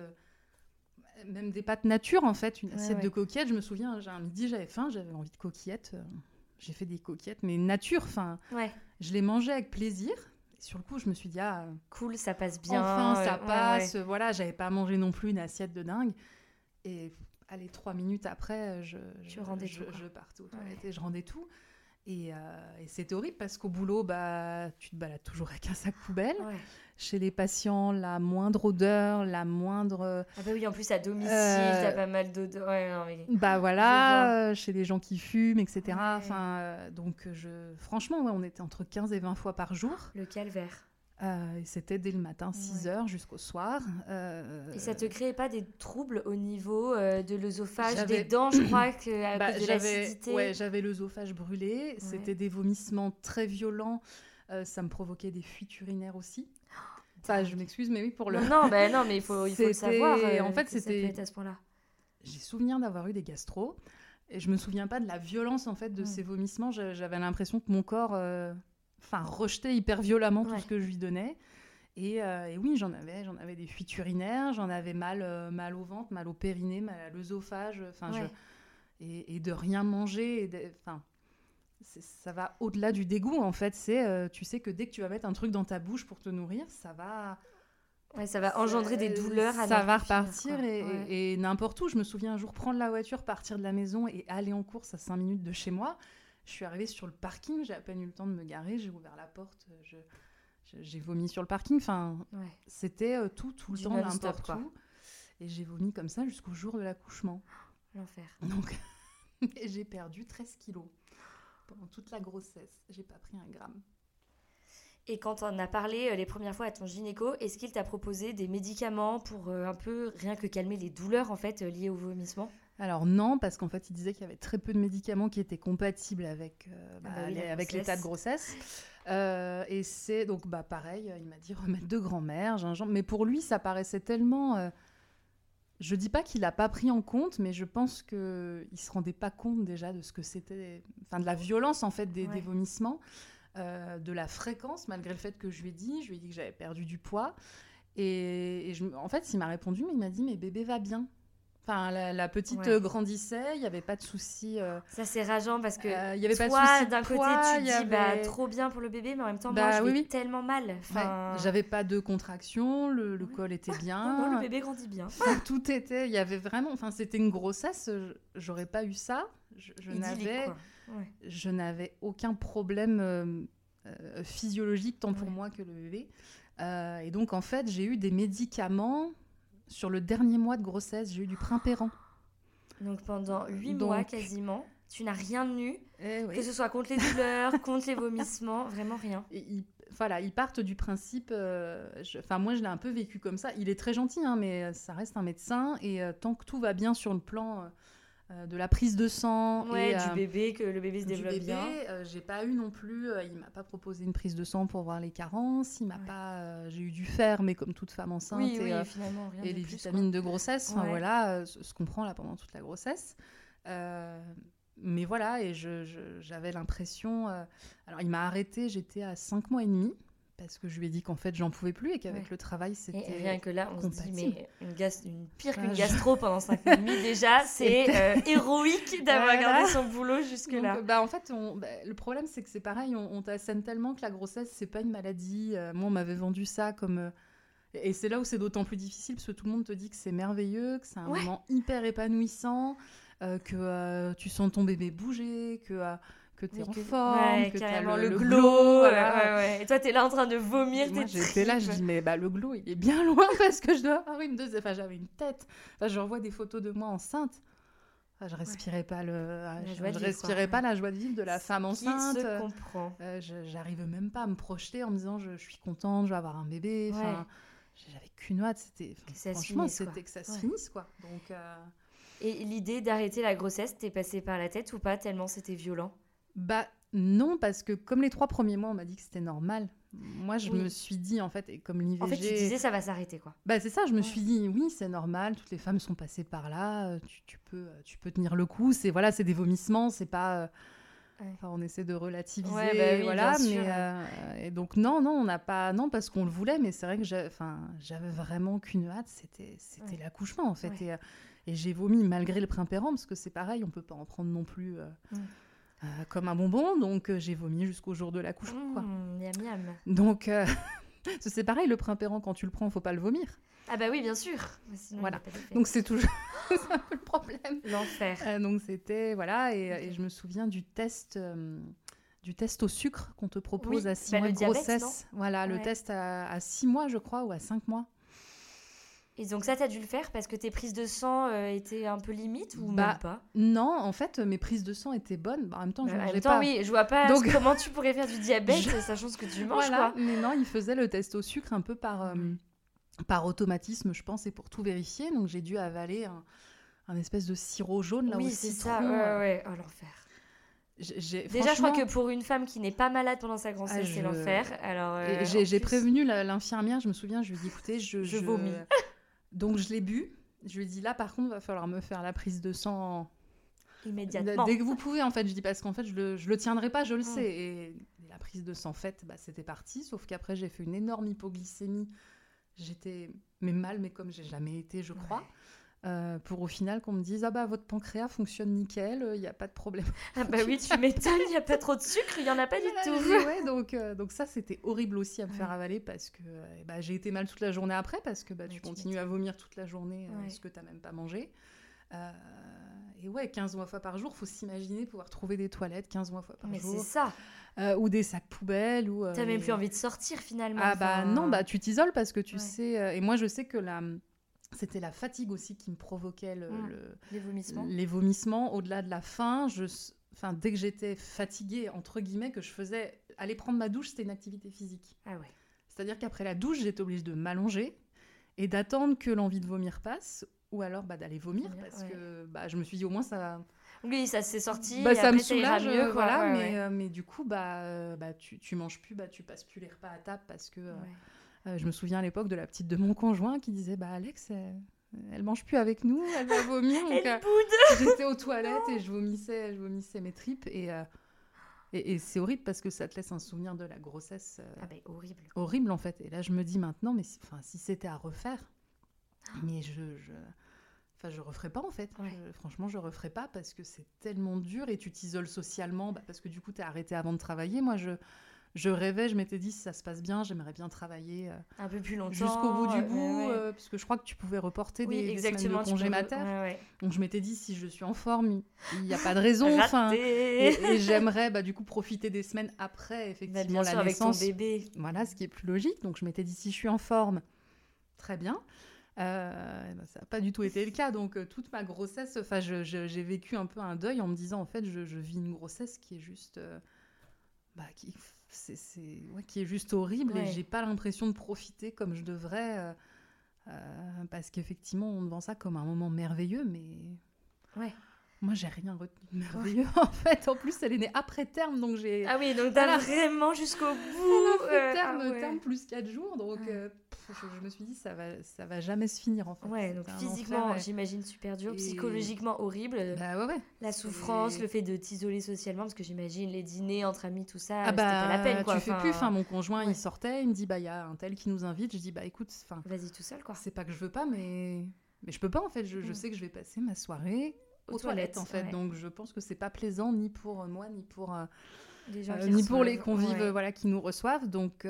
[SPEAKER 5] nature, en fait. Une assiette de coquillettes, je me souviens, un midi, j'avais faim, j'avais envie de coquillettes... J'ai fait des coquillettes, mais nature, je les mangeais avec plaisir. Et sur le coup, je me suis dit,
[SPEAKER 4] cool, ça passe bien.
[SPEAKER 5] Enfin, ça passe. Voilà, j'avais pas mangé non plus une assiette de dingue. Et 3 minutes après, je partais aux toilettes et je rendais tout. Et c'est horrible parce qu'au boulot, tu te balades toujours avec un sac poubelle. Chez les patients, la moindre odeur, la moindre...
[SPEAKER 4] en plus, à domicile, t'as pas mal d'odeur.
[SPEAKER 5] Chez les gens qui fument, etc. Donc, franchement, on était entre 15 et 20 fois par jour.
[SPEAKER 4] Le calvaire.
[SPEAKER 5] Et c'était dès le matin, 6h jusqu'au soir.
[SPEAKER 4] Et ça te créait pas des troubles au niveau de l'œsophage, des dents, je crois, à cause de l'acidité?
[SPEAKER 5] J'avais l'œsophage brûlé. C'était des vomissements très violents. Ça me provoquait des fuites urinaires aussi. Je m'excuse, mais oui, pour le...
[SPEAKER 4] Non, mais il faut le savoir.
[SPEAKER 5] En fait,
[SPEAKER 4] ça peut être à ce point-là.
[SPEAKER 5] J'ai souvenir d'avoir eu des gastro. Et je me souviens pas de la violence, en fait, de ces vomissements. J'avais l'impression que mon corps... rejetait hyper violemment tout ce que je lui donnais. Et oui, j'en avais des fuites urinaires, j'en avais mal au ventre, mal au périnée, mal à l'œsophage, et de rien manger, ça va au-delà du dégoût, en fait. Tu sais que dès que tu vas mettre un truc dans ta bouche pour te nourrir, ça va
[SPEAKER 4] engendrer des douleurs.
[SPEAKER 5] Ça va repartir et n'importe où. Je me souviens un jour prendre la voiture, partir de la maison et aller en course à 5 minutes de chez moi. Je suis arrivée sur le parking, j'ai à peine eu le temps de me garer, j'ai ouvert la porte, j'ai vomi sur le parking. C'était tout le temps, n'importe où. Et j'ai vomi comme ça jusqu'au jour de l'accouchement.
[SPEAKER 4] L'enfer.
[SPEAKER 5] Donc, j'ai perdu 13 kilos. Pendant toute la grossesse, j'ai pas pris 1 gramme.
[SPEAKER 4] Et quand on a parlé les premières fois à ton gynéco, est-ce qu'il t'a proposé des médicaments pour un peu rien que calmer les douleurs en fait liées au vomissement ?
[SPEAKER 5] Alors non, parce qu'en fait, il disait qu'il y avait très peu de médicaments qui étaient compatibles avec l'état de grossesse. Et c'est donc pareil, il m'a dit remède de grand-mère, gingembre. Mais pour lui, ça paraissait tellement... Je dis pas qu'il l'a pas pris en compte, mais je pense qu'il se rendait pas compte déjà de ce que c'était, de la violence en fait des vomissements, de la fréquence, malgré le fait que je lui ai dit que j'avais perdu du poids. En fait, il m'a répondu, mais il m'a dit mais bébé va bien. Enfin, la petite grandissait, il n'y avait pas de souci.
[SPEAKER 4] Ça, c'est rageant parce que
[SPEAKER 5] y avait
[SPEAKER 4] toi,
[SPEAKER 5] pas de souci
[SPEAKER 4] d'un côté, tu te dis trop bien pour le bébé, mais en même temps, moi, je vais tellement mal.
[SPEAKER 5] J'avais pas de contraction, le col était bien.
[SPEAKER 4] Non, le bébé grandit bien.
[SPEAKER 5] Tout était, il y avait vraiment... Enfin, c'était une grossesse, j'aurais pas eu ça. Je n'avais aucun problème physiologique, tant pour moi que le bébé. Et donc, en fait, j'ai eu des médicaments... Sur le dernier mois de grossesse, j'ai eu du Primperan.
[SPEAKER 4] Donc pendant 8 mois quasiment, tu n'as rien eu, que ce soit contre les douleurs, contre les vomissements, vraiment rien.
[SPEAKER 5] Et ils partent du principe... moi, je l'ai un peu vécu comme ça. Il est très gentil, mais ça reste un médecin. Et tant que tout va bien sur le plan de la prise de sang...
[SPEAKER 4] du bébé, que le bébé se développe bien.
[SPEAKER 5] J'ai pas eu non plus... il m'a pas proposé une prise de sang pour voir les carences. J'ai eu du fer, mais comme toute femme enceinte.
[SPEAKER 4] Finalement, rien
[SPEAKER 5] et
[SPEAKER 4] de
[SPEAKER 5] les
[SPEAKER 4] plus,
[SPEAKER 5] vitamines de grossesse. Ce qu'on prend là pendant toute la grossesse. Mais voilà, et j'avais l'impression... alors, il m'a arrêtée, j'étais à 5 mois et demi. Parce que je lui ai dit qu'en fait, j'en pouvais plus et qu'avec le travail, c'était
[SPEAKER 4] et rien que là, on
[SPEAKER 5] compatible.
[SPEAKER 4] se dit, mais une pire qu'une gastro pendant 5 mois et demi, déjà, c'est héroïque d'avoir gardé son boulot jusque-là.
[SPEAKER 5] Donc, en fait, le problème, c'est que c'est pareil, on t'assène tellement que la grossesse, c'est pas une maladie. Moi, on m'avait vendu ça comme... Et c'est là où c'est d'autant plus difficile, parce que tout le monde te dit que c'est merveilleux, que c'est un moment hyper épanouissant, que tu sens ton bébé bouger, que t'es en forme, que t'as le glow.
[SPEAKER 4] Et toi, t'es là en train de vomir.
[SPEAKER 5] Moi, j'étais là, je dis, mais le glow, il est bien loin parce que je dois avoir une deuxième... Enfin, j'avais une tête. Enfin, je revois des photos de moi enceinte. Enfin, je respirais pas pas la joie de vivre de la femme enceinte.
[SPEAKER 4] Qui se comprend.
[SPEAKER 5] J'arrive même pas à me projeter en me disant, je suis contente, je vais avoir un bébé. Enfin, j'avais qu'une hâte. Franchement, c'était que ça se finisse, quoi. Donc,
[SPEAKER 4] Et l'idée d'arrêter la grossesse, t'es passée par la tête ou pas, tellement c'était violent ?
[SPEAKER 5] Non, parce que comme les 3 premiers mois, on m'a dit que c'était normal. Moi, je me suis dit, en fait, et comme l'IVG...
[SPEAKER 4] En fait, tu disais, ça va s'arrêter, quoi.
[SPEAKER 5] C'est ça, je me suis dit, oui, c'est normal, toutes les femmes sont passées par là, tu peux tenir le coup, c'est des vomissements, c'est pas... on essaie de relativiser,
[SPEAKER 4] bien sûr.
[SPEAKER 5] Et donc, non, on n'a pas... Non, parce qu'on le voulait, mais c'est vrai que j'avais vraiment qu'une hâte, c'était l'accouchement, en fait. Et j'ai vomi malgré le Primperan, parce que c'est pareil, on peut pas en prendre non plus... comme un bonbon, donc j'ai vomi jusqu'au jour de l'accouchement.
[SPEAKER 4] Miam miam.
[SPEAKER 5] Donc, c'est pareil, le Primperan, quand tu le prends, faut pas le vomir.
[SPEAKER 4] Ah bah oui, bien sûr. Sinon,
[SPEAKER 5] voilà. Donc c'est toujours c'est un peu le problème.
[SPEAKER 4] L'enfer.
[SPEAKER 5] Donc c'était, et je me souviens du test au sucre qu'on te propose à 6 mois de grossesse. Le test à 6 mois, je crois, ou à 5 mois.
[SPEAKER 4] Et donc ça, t'as dû le faire parce que tes prises de sang étaient un peu limites ou même pas ?
[SPEAKER 5] Non, en fait, mes prises de sang étaient bonnes. En même temps,
[SPEAKER 4] oui, je vois pas comment tu pourrais faire du diabète sachant ce que tu manges, quoi.
[SPEAKER 5] Mais non, ils faisaient le test au sucre un peu par automatisme, je pense, et pour tout vérifier. Donc j'ai dû avaler un espèce de sirop jaune là au citron.
[SPEAKER 4] Oui, c'est ça. Oh, l'enfer. Déjà, je crois que pour une femme qui n'est pas malade pendant sa grossesse, c'est l'enfer. Alors,
[SPEAKER 5] j'ai prévenu l'infirmière, je me souviens, je lui ai dit, écoutez, je
[SPEAKER 4] vomis.
[SPEAKER 5] Donc je l'ai bu. Je lui ai dit, là par contre, il va falloir me faire la prise de sang
[SPEAKER 4] immédiatement.
[SPEAKER 5] Dès que vous pouvez, en fait. Je dis, parce qu'en fait, je le tiendrai pas, je le sais. Et la prise de sang faite, c'était parti. Sauf qu'après, j'ai fait une énorme hypoglycémie. J'étais mal, mais comme j'ai jamais été, je crois. Pour au final qu'on me dise votre pancréas fonctionne nickel, il n'y a pas de problème.
[SPEAKER 4] Oui, tu m'étonnes, il n'y a pas trop de sucre, il n'y en a pas du tout.
[SPEAKER 5] Donc ça c'était horrible aussi à me faire avaler parce que j'ai été mal toute la journée après parce que tu continues à vomir toute la journée ce que tu n'as même pas mangé. Et 15 fois par jour, il faut s'imaginer pouvoir trouver des toilettes 15 fois par jour.
[SPEAKER 4] Mais c'est ça.
[SPEAKER 5] Ou des sacs poubelles.
[SPEAKER 4] T'as même plus envie de sortir finalement.
[SPEAKER 5] Non, tu t'isoles parce que tu sais... et moi je sais que c'était la fatigue aussi qui me provoquait les vomissements. Au-delà de la faim, dès que j'étais fatiguée, entre guillemets, que je faisais... Aller prendre ma douche, c'était une activité physique. C'est-à-dire qu'après la douche, j'étais obligée de m'allonger et d'attendre que l'envie de vomir passe, ou alors d'aller vomir, parce que je me suis dit au moins ça...
[SPEAKER 4] Oui, ça s'est sorti,
[SPEAKER 5] ça
[SPEAKER 4] après
[SPEAKER 5] me soulage,
[SPEAKER 4] ça ira mieux.
[SPEAKER 5] Voilà, mais du coup, tu manges plus, tu passes plus les repas à table parce que... je me souviens à l'époque de la petite de mon conjoint qui disait Alex, elle mange plus avec nous, elle va vomir. Donc,
[SPEAKER 4] elle boude.
[SPEAKER 5] J'étais aux toilettes et je vomissais mes tripes. Et c'est horrible parce que ça te laisse un souvenir de la grossesse
[SPEAKER 4] horrible.
[SPEAKER 5] Horrible en fait. Et là, je me dis maintenant, mais si c'était à refaire, mais je referais pas en fait. Franchement, je referais pas parce que c'est tellement dur et tu t'isoles socialement parce que du coup, tu es arrêté avant de travailler. Moi, je rêvais, je m'étais dit si ça se passe bien, j'aimerais bien travailler
[SPEAKER 4] un peu plus longtemps,
[SPEAKER 5] jusqu'au bout du bout, parce que je crois que tu pouvais reporter des semaines de congé mater. Donc je m'étais dit si je suis en forme, il n'y a pas de raison. Et j'aimerais du coup profiter des semaines après effectivement la naissance.
[SPEAKER 4] Avec ton bébé.
[SPEAKER 5] Voilà, ce qui est plus logique. Donc je m'étais dit si je suis en forme, très bien. Ça n'a pas du tout été le cas. Donc toute ma grossesse, j'ai vécu un peu un deuil en me disant en fait je vis une grossesse qui est juste... qui est juste horrible et j'ai pas l'impression de profiter comme je devrais parce qu'effectivement on vend ça comme un moment merveilleux mais moi j'ai rien retenu de merveilleux en fait. En plus elle est née après terme donc j'ai
[SPEAKER 4] donc t'as vraiment jusqu'au bout
[SPEAKER 5] terme plus 4 jours donc je me suis dit ça va jamais se finir en fait.
[SPEAKER 4] Donc physiquement j'imagine super dur, psychologiquement horrible. La souffrance, le fait de t'isoler socialement parce que j'imagine les dîners entre amis tout ça, c'était pas la peine quoi.
[SPEAKER 5] Tu fais plus. Mon conjoint il sortait, il me dit il y a un tel qui nous invite, je dis écoute
[SPEAKER 4] vas-y tout seul quoi.
[SPEAKER 5] C'est pas que je veux pas mais je peux pas en fait. Je sais que je vais passer ma soirée aux toilettes en fait. Donc je pense que c'est pas plaisant ni pour moi ni pour
[SPEAKER 4] les gens
[SPEAKER 5] ni pour les convives qui nous reçoivent donc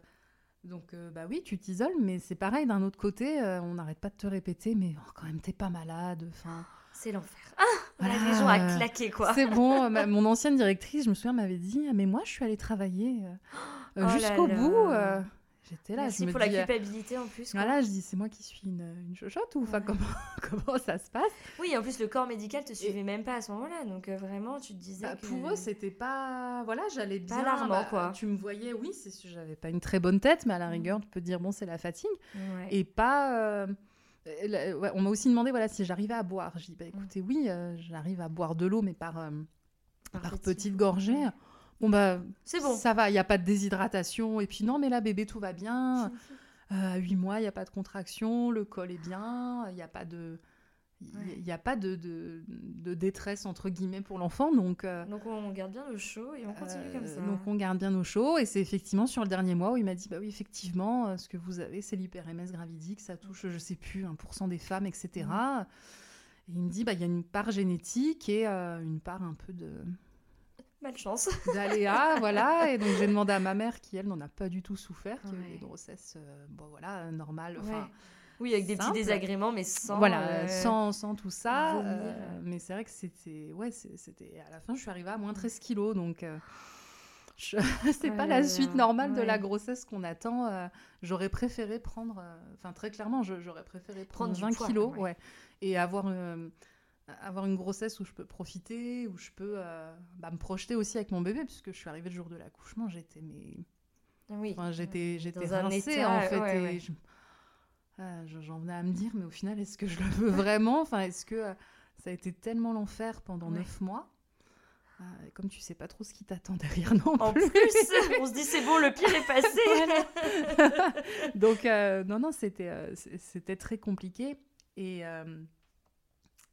[SPEAKER 5] oui, tu t'isoles, mais c'est pareil, d'un autre côté, on n'arrête pas de te répéter, mais quand même, t'es pas malade.
[SPEAKER 4] C'est l'enfer. Les gens à claquer, quoi.
[SPEAKER 5] C'est bon, mon ancienne directrice, je me souviens, m'avait dit « mais moi, je suis allée travailler jusqu'au bout. J'étais là.
[SPEAKER 4] Merci pour la culpabilité en plus.
[SPEAKER 5] Voilà, je dis c'est moi qui suis une chochotte ou comment ça se passe.
[SPEAKER 4] Oui, en plus le corps médical te suivait même pas à ce moment-là, donc vraiment tu te disais que...
[SPEAKER 5] Pour eux c'était pas j'allais bien.
[SPEAKER 4] Pas alarmant quoi.
[SPEAKER 5] Tu me voyais, oui, c'est sûr, j'avais pas une très bonne tête, mais à la rigueur tu peux te dire bon c'est la fatigue et pas. On m'a aussi demandé si j'arrivais à boire. Je dis écoutez oui, j'arrive à boire de l'eau mais par petites gorgées. Bon
[SPEAKER 4] c'est bon.
[SPEAKER 5] Ça va, il n'y a pas de déshydratation. Et puis non, mais là, bébé, tout va bien. À 8 mois, il n'y a pas de contraction, le col est bien, il n'y a pas de... Il n'y a pas de détresse, entre guillemets, pour l'enfant. Donc
[SPEAKER 4] on garde bien au chaud et on continue comme ça.
[SPEAKER 5] Donc on garde bien au chaud. Et c'est effectivement sur le dernier mois où il m'a dit, oui, effectivement, ce que vous avez, c'est l'hyper-MS gravidique. Ça touche, je ne sais plus, 1% des femmes, etc. Et il me dit, il y a une part génétique et une part un peu de...
[SPEAKER 4] malchance.
[SPEAKER 5] D'aléa, voilà. Et donc, j'ai demandé à ma mère, qui, elle, n'en a pas du tout souffert, qui a eu des grossesses, normales.
[SPEAKER 4] Oui, avec des petits désagréments, mais sans...
[SPEAKER 5] sans tout ça. Mais c'est vrai que c'était... à la fin, je suis arrivée à moins 13 kilos, donc... c'est pas la suite normale de la grossesse qu'on attend. J'aurais préféré prendre... très clairement, j'aurais préféré prendre 20 kilos. Et avoir une grossesse où je peux profiter, où je peux me projeter aussi avec mon bébé, puisque je suis arrivée le jour de l'accouchement, j'étais rincée en fait. J'en venais à me dire, mais au final, est-ce que je le veux vraiment ? Est-ce que ça a été tellement l'enfer pendant 9 mois comme tu sais pas trop ce qui t'attend derrière non plus.
[SPEAKER 4] En plus, on se dit c'est bon, le pire est passé.
[SPEAKER 5] Donc, non, c'était très compliqué. Et comment dire ?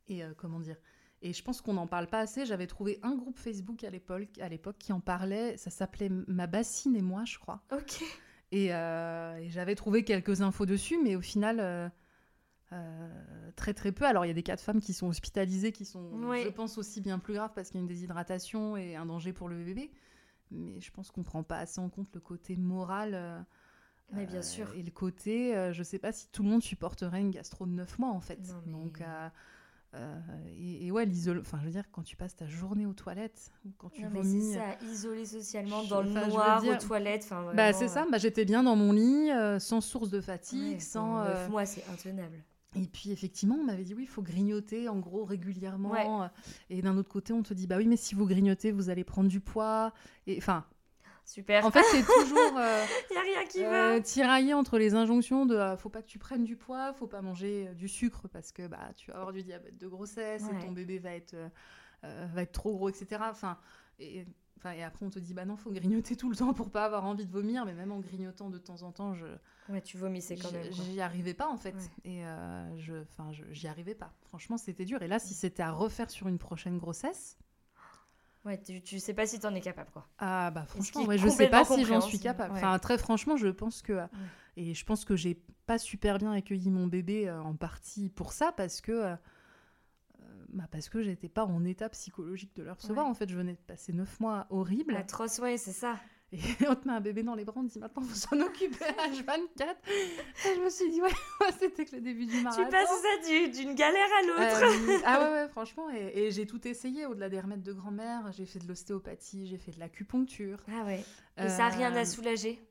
[SPEAKER 5] Et je pense qu'on n'en parle pas assez. J'avais trouvé un groupe Facebook à l'époque qui en parlait. Ça s'appelait Ma bassine et moi, je crois.
[SPEAKER 4] Ok.
[SPEAKER 5] Et j'avais trouvé quelques infos dessus, mais au final, très très peu. Alors, il y a des cas de femmes qui sont hospitalisées, qui sont, je pense, aussi bien plus graves parce qu'il y a une déshydratation et un danger pour le bébé. Mais je pense qu'on ne prend pas assez en compte le côté moral.
[SPEAKER 4] Mais bien sûr.
[SPEAKER 5] Et le côté, je ne sais pas si tout le monde supporterait une gastro de 9 mois, en fait.
[SPEAKER 4] Non, mais...
[SPEAKER 5] Donc... et ouais, enfin, je veux dire, quand tu passes ta journée aux toilettes, ou quand tu vomis...
[SPEAKER 4] c'est ça, isolé socialement, dans le noir, aux toilettes, enfin vraiment...
[SPEAKER 5] Bah, c'est ça, j'étais bien dans mon lit, sans source de fatigue,
[SPEAKER 4] sans... 9 mois, c'est intenable.
[SPEAKER 5] Et puis, effectivement, on m'avait dit, oui, il faut grignoter, en gros, régulièrement. Et d'un autre côté, on te dit, bah oui, mais si vous grignotez, vous allez prendre du poids. Et enfin...
[SPEAKER 4] Super.
[SPEAKER 5] En fait, c'est toujours
[SPEAKER 4] y a rien qui va.
[SPEAKER 5] Tiraillé entre les injonctions de faut pas que tu prennes du poids, faut pas manger du sucre parce que tu vas avoir du diabète de grossesse et ton bébé va être trop gros, etc. Et après, on te dit non, faut grignoter tout le temps pour pas avoir envie de vomir, mais même en grignotant de temps en temps,
[SPEAKER 4] tu vomissais quand même.
[SPEAKER 5] J'y arrivais pas en fait. Et j'y arrivais pas. Franchement, c'était dur. Et là, si c'était à refaire sur une prochaine grossesse.
[SPEAKER 4] Ouais, tu sais pas si t'en es capable, quoi.
[SPEAKER 5] Ah bah franchement, je sais pas si j'en suis capable.
[SPEAKER 4] Ouais.
[SPEAKER 5] Enfin, très franchement, je pense que... Et je pense que j'ai pas super bien accueilli mon bébé en partie pour ça, parce que j'étais pas en état psychologique de le recevoir. En fait, je venais de passer 9 mois horribles.
[SPEAKER 4] Atroce, c'est ça.
[SPEAKER 5] Et on te met un bébé dans les bras, on te dit maintenant, faut s'en occuper H24. Et je me suis dit, c'était que le début du marathon.
[SPEAKER 4] Tu passes ça d'une galère à l'autre.
[SPEAKER 5] Ouais, franchement. Et j'ai tout essayé, au-delà des remèdes de grand-mère. J'ai fait de l'ostéopathie, j'ai fait de l'acupuncture.
[SPEAKER 4] Ah ouais. Et ça n'a rien à soulager?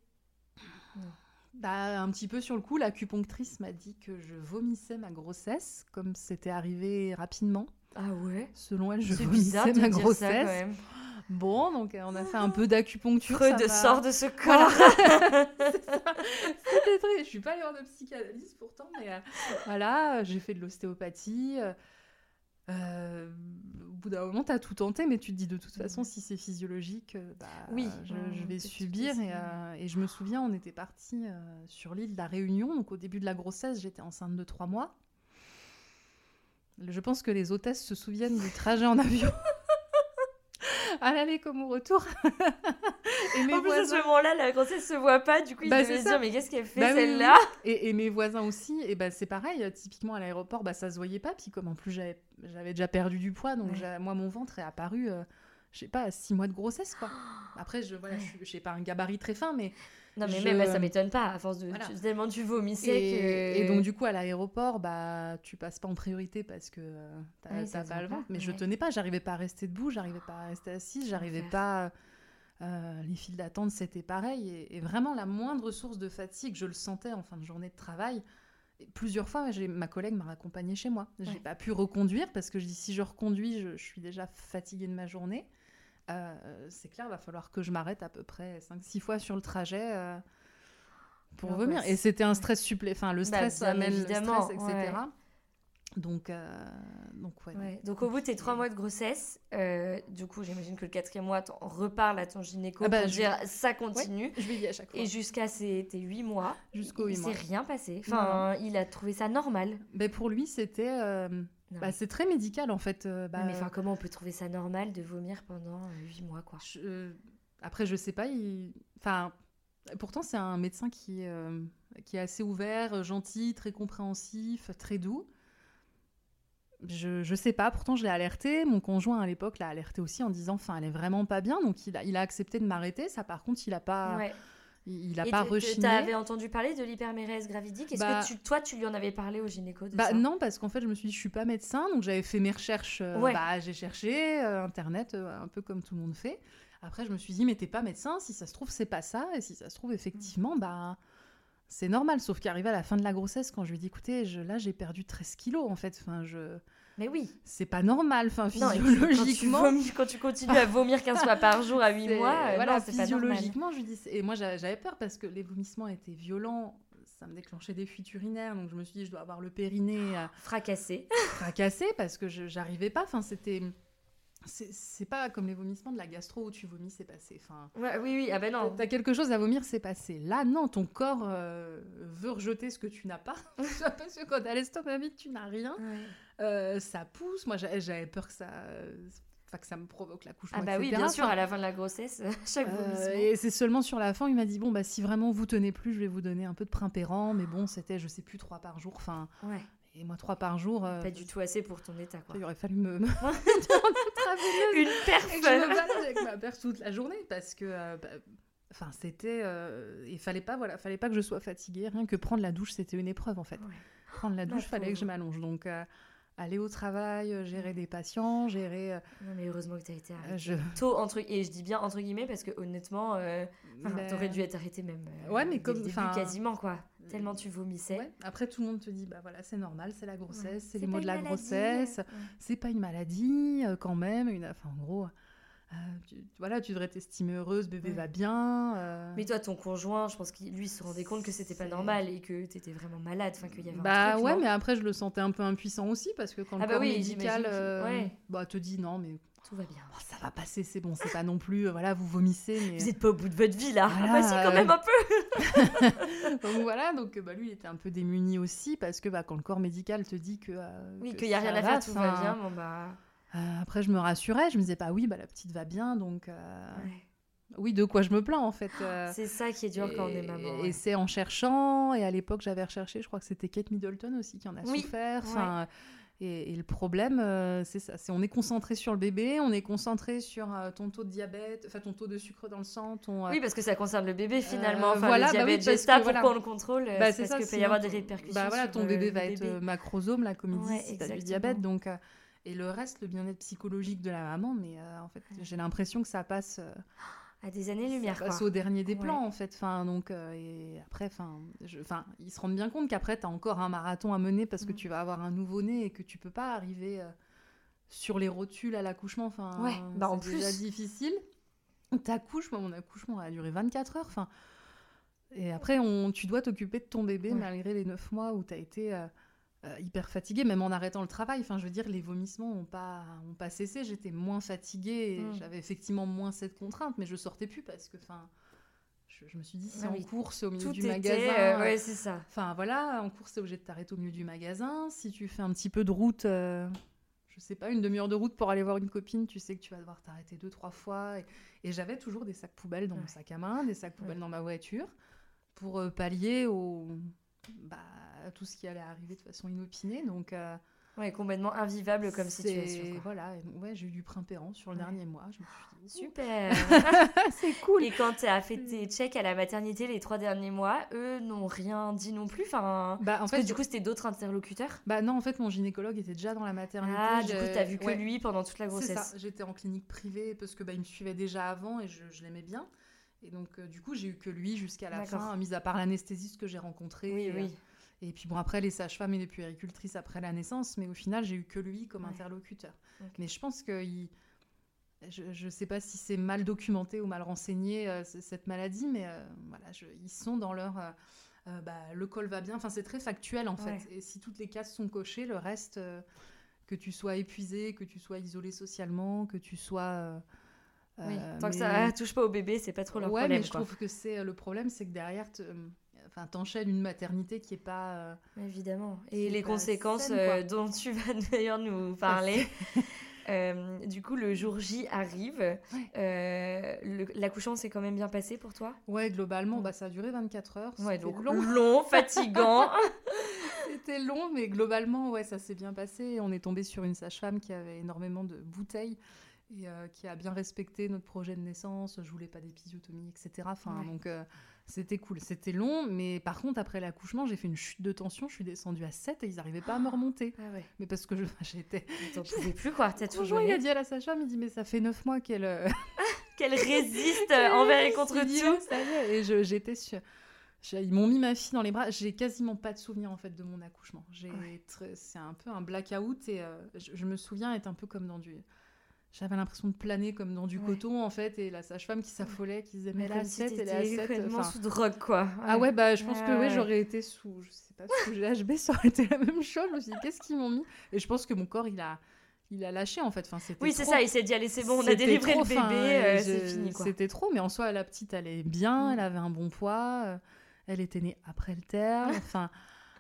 [SPEAKER 5] Un petit peu sur le coup, l'acupunctrice m'a dit que je vomissais ma grossesse, comme c'était arrivé rapidement.
[SPEAKER 4] Ah ouais?
[SPEAKER 5] Selon elle, je vomissais ma grossesse. Ça, quand même. Bon, donc on a fait un peu d'acupuncture.
[SPEAKER 4] Freud sort de ce corps.
[SPEAKER 5] Voilà. C'était très... Je suis pas allée voir de psychanalyse pourtant, mais voilà, j'ai fait de l'ostéopathie. Au bout d'un moment, t'as tout tenté, mais tu te dis de toute façon, si c'est physiologique, je vais subir. Et je me souviens, on était partis sur l'île de la Réunion. Donc au début de la grossesse, j'étais enceinte de 3 mois. Je pense que les hôtesses se souviennent du trajet en avion. À l'aller comme au retour.
[SPEAKER 4] Et en plus, à ce moment-là, la grossesse se voit pas. Du coup, ils devaient se dire, mais qu'est-ce qu'elle fait, celle-là?
[SPEAKER 5] Et mes voisins aussi. Et c'est pareil. Typiquement, à l'aéroport, ça se voyait pas. Puis comme en plus, j'avais déjà perdu du poids. Donc, moi, mon ventre est apparu, je sais pas, à 6 mois de grossesse, quoi. Après, je sais pas, un gabarit très fin, mais...
[SPEAKER 4] Non, mais même ça m'étonne pas, à force de tellement tu vomissais
[SPEAKER 5] et donc, du coup, à l'aéroport, tu passes pas en priorité parce que t'as pas le ventre. Mais je tenais pas, j'arrivais pas à rester debout, j'arrivais pas à rester assise, j'arrivais pas... les files d'attente, c'était pareil. Et vraiment, la moindre source de fatigue, je le sentais en fin de journée de travail. Et plusieurs fois, ma collègue m'a raccompagnée chez moi. J'ai pas pu reconduire parce que je dis, si je reconduis, je suis déjà fatiguée de ma journée. C'est clair, il va falloir que je m'arrête à peu près 5-6 fois sur le trajet pour vomir. Et c'était un stress supplémentaire. Enfin, le stress amène le stress, etc. Donc
[SPEAKER 4] au bout de tes 3 mois de grossesse, du coup, j'imagine que le 4e mois, t'en reparles à ton gynéco pour dire ça continue.
[SPEAKER 5] Je lui dis à chaque fois.
[SPEAKER 4] Et jusqu'à tes 8 mois,
[SPEAKER 5] jusqu'aux 8 mois.
[SPEAKER 4] Il s'est rien passé. Enfin, il a trouvé ça normal.
[SPEAKER 5] Pour lui, c'était... c'est très médical en fait.
[SPEAKER 4] Mais comment on peut trouver ça normal de vomir pendant 8 mois, quoi?
[SPEAKER 5] Après, je sais pas. Pourtant, c'est un médecin qui est assez ouvert, gentil, très compréhensif, très doux. Je sais pas. Pourtant, je l'ai alerté. Mon conjoint à l'époque l'a alerté aussi en disant, elle est vraiment pas bien. Donc, il a accepté de m'arrêter. Ça, par contre, il a pas. Ouais. Il a pas rechigné.
[SPEAKER 4] Tu avais entendu parler de l'hypermérèse gravidique. Est-ce que tu lui en avais parlé au gynéco de ça?
[SPEAKER 5] Non, parce qu'en fait, je me suis dit, je suis pas médecin, donc j'avais fait mes recherches. J'ai cherché Internet, un peu comme tout le monde fait. Après, je me suis dit, mais t'es pas médecin, si ça se trouve, c'est pas ça. Et si ça se trouve, effectivement, c'est normal. Sauf qu'arrivé à la fin de la grossesse, quand je lui ai dit, écoutez, là, j'ai perdu 13 kilos, en fait.
[SPEAKER 4] Mais oui.
[SPEAKER 5] C'est pas normal, physiologiquement.
[SPEAKER 4] Quand tu continues à vomir 15 fois par jour à 8 mois, c'est
[SPEAKER 5] physiologiquement,
[SPEAKER 4] pas normal.
[SPEAKER 5] Je dis... Et moi, j'avais peur parce que les vomissements étaient violents. Ça me déclenchait des fuites urinaires. Donc, je me suis dit, je dois avoir le périnée...
[SPEAKER 4] fracassé
[SPEAKER 5] parce que j'arrivais pas. Enfin, c'était... c'est pas comme les vomissements de la gastro où tu vomis, c'est passé. Enfin,
[SPEAKER 4] oui, ah ben non.
[SPEAKER 5] T'as quelque chose à vomir, c'est passé. Là, non, ton corps veut rejeter ce que tu n'as pas. Parce que quand t'as l'estomac vide, tu n'as rien. Ça pousse. Moi, j'avais peur que ça me provoque l'accouchement,
[SPEAKER 4] Ah bah
[SPEAKER 5] etc.
[SPEAKER 4] oui, bien sûr, à la fin de la grossesse, chaque vomissement.
[SPEAKER 5] Et c'est seulement sur la fin, il m'a dit, bon, bah si vraiment vous tenez plus, je vais vous donner un peu de Primpéran. Mais bon, c'était, je sais plus, 3 par jour. Enfin, et moi, 3 par jour...
[SPEAKER 4] pas du tout assez pour ton état, quoi.
[SPEAKER 5] Il aurait fallu me...
[SPEAKER 4] Une perf.
[SPEAKER 5] Et que je me balade avec ma perf toute la journée, parce que... Enfin, c'était... il fallait pas que je sois fatiguée. Rien que prendre la douche, c'était une épreuve, en fait. Prendre la douche, fallait que je m'allonge. Donc... aller au travail, gérer des patients, gérer...
[SPEAKER 4] Non, mais heureusement que tu as été arrêtée tôt, et je dis bien entre guillemets, parce que honnêtement, t'aurais dû être arrêtée même
[SPEAKER 5] mais comme,
[SPEAKER 4] dès le début, quasiment, quoi. Tellement tu vomissais.
[SPEAKER 5] Ouais. Après, tout le monde te dit, bah voilà, c'est normal, c'est la grossesse, c'est les mots de la grossesse, c'est pas une maladie, quand même. Enfin, en gros... tu devrais t'estimer heureuse, bébé va bien.
[SPEAKER 4] Mais toi, ton conjoint, je pense qu'il lui se rendait compte que c'était pas normal et que t'étais vraiment malade, enfin qu'il y avait un truc.
[SPEAKER 5] Ouais, mais après je le sentais un peu impuissant aussi parce que quand le corps médical te dit non, mais
[SPEAKER 4] tout va bien.
[SPEAKER 5] Ça va passer, c'est bon, c'est pas non plus voilà, vous vomissez. Mais...
[SPEAKER 4] Vous êtes pas au bout de votre vie là. Voilà, ah bah si, quand même un peu.
[SPEAKER 5] Donc voilà, lui il était un peu démuni aussi parce que quand le corps médical te dit que
[SPEAKER 4] qu'il y a rien à faire, tout va bien, bon bah.
[SPEAKER 5] Après, je me rassurais, je me disais pas la petite va bien, donc oui, de quoi je me plains en fait.
[SPEAKER 4] C'est ça qui est dur quand on est maman.
[SPEAKER 5] Et c'est en cherchant, et à l'époque j'avais recherché, je crois que c'était Kate Middleton aussi qui en a souffert. Et le problème, c'est ça, on est concentré sur le bébé, on est concentré sur ton taux de diabète, enfin ton taux de sucre dans le sang. Oui,
[SPEAKER 4] parce que ça concerne le bébé finalement. Le diabète gesta, pourquoi on le contrôle parce qu'il peut y avoir des répercussions.
[SPEAKER 5] Ton bébé va être macrosome, comme il dit, si tu as du diabète, donc... Et le reste, le bien-être psychologique de la maman, mais en fait, j'ai l'impression que ça passe...
[SPEAKER 4] à des années-lumière,
[SPEAKER 5] ça passe au dernier des plans, en fait. Donc, et après, ils se rendent bien compte qu'après, tu as encore un marathon à mener parce que tu vas avoir un nouveau-né et que tu peux pas arriver sur les rotules à l'accouchement. C'est déjà difficile. T'accouches, mon accouchement a duré 24 heures. Et après, tu dois t'occuper de ton bébé malgré les 9 mois où tu as été... hyper fatiguée, même en arrêtant le travail. Enfin, je veux dire, les vomissements n'ont pas cessé. J'étais moins fatiguée et j'avais effectivement moins cette contrainte, mais je sortais plus parce que, je me suis dit, c'est en course au milieu du magasin.
[SPEAKER 4] C'est ça.
[SPEAKER 5] Enfin, voilà, en course, t'es obligé de t'arrêter au milieu du magasin. Si tu fais un petit peu de route, je sais pas, une demi-heure de route pour aller voir une copine, tu sais que tu vas devoir t'arrêter 2-3 fois. Et j'avais toujours des sacs poubelles dans mon sac à main, des sacs poubelles dans ma voiture pour pallier à tout ce qui allait arriver de façon inopinée, donc
[SPEAKER 4] complètement invivable comme situation, quoi.
[SPEAKER 5] Voilà, j'ai eu du Primpéran sur le dernier mois, je me suis dit
[SPEAKER 4] super.
[SPEAKER 5] C'est cool.
[SPEAKER 4] Et quand tu as fait tes checks à la maternité les 3 derniers mois, eux n'ont rien dit non plus, parce que du coup c'était d'autres interlocuteurs.
[SPEAKER 5] Non, en fait mon gynécologue était déjà dans la maternité.
[SPEAKER 4] Du coup t'as vu que lui pendant toute la grossesse.
[SPEAKER 5] C'est ça, j'étais en clinique privée parce que il me suivait déjà avant et je l'aimais bien. Et donc, du coup, j'ai eu que lui jusqu'à la fin, mis à part l'anesthésiste que j'ai rencontré. Et puis, après, les sages-femmes et les puéricultrices après la naissance. Mais au final, j'ai eu que lui comme interlocuteur. Okay. Mais je pense que... Je ne sais pas si c'est mal documenté ou mal renseigné, cette maladie, mais ils sont dans leur... le col va bien. Enfin, c'est très factuel, en fait. Et si toutes les cases sont cochées, le reste... que tu sois épuisé, que tu sois isolé socialement, que tu sois...
[SPEAKER 4] tant que ça touche pas au bébé, c'est pas trop leur problème.
[SPEAKER 5] Mais je trouve que le problème, c'est que derrière, t'enchaînes une maternité qui est pas...
[SPEAKER 4] Évidemment. Et les conséquences saine, dont tu vas d'ailleurs nous parler. Du coup, le jour J arrive. L'accouchement s'est quand même bien passé pour toi ?
[SPEAKER 5] Ouais, globalement, ça a duré 24 heures.
[SPEAKER 4] Donc long, fatigant.
[SPEAKER 5] C'était long, mais globalement, ça s'est bien passé. On est tombé sur une sage-femme qui avait énormément de bouteilles. Et qui a bien respecté notre projet de naissance, je voulais pas d'épisiotomie, etc. Donc c'était cool, c'était long, mais par contre après l'accouchement j'ai fait une chute de tension, je suis descendue à 7 et ils n'arrivaient pas à me remonter. Mais parce que j'étais...
[SPEAKER 4] T'en pouvais plus quoi, t'as toujours...
[SPEAKER 5] Il a dit à la sage-femme, il dit mais ça fait 9 mois qu'elle...
[SPEAKER 4] qu'elle résiste envers et contre tout.
[SPEAKER 5] Ça y est, et j'étais sûre... Ils m'ont mis ma fille dans les bras. J'ai quasiment pas de souvenir en fait de mon accouchement. C'est un peu un blackout et je me souviens être un peu comme dans du... J'avais l'impression de planer comme dans du coton, en fait, et la sage-femme qui s'affolait, qui disait « Mais elle est à 7, elle est à 7. »
[SPEAKER 4] Complètement sous drogue, quoi.
[SPEAKER 5] Je pense que j'aurais été sous... Je sais pas, sous GHB, ça aurait été la même chose. Je me suis dit « Qu'est-ce qu'ils m'ont mis ?» Et je pense que mon corps, il a il a lâché en fait. Enfin, c'était
[SPEAKER 4] Oui, c'est
[SPEAKER 5] trop.
[SPEAKER 4] ça, il s'est dit allez, c'est bon, on a
[SPEAKER 5] C'était
[SPEAKER 4] délivré
[SPEAKER 5] trop,
[SPEAKER 4] le bébé,
[SPEAKER 5] enfin,
[SPEAKER 4] c'est fini quoi.
[SPEAKER 5] C'était trop, mais en soi, la petite allait bien, elle avait un bon poids, elle était née après le terme, enfin,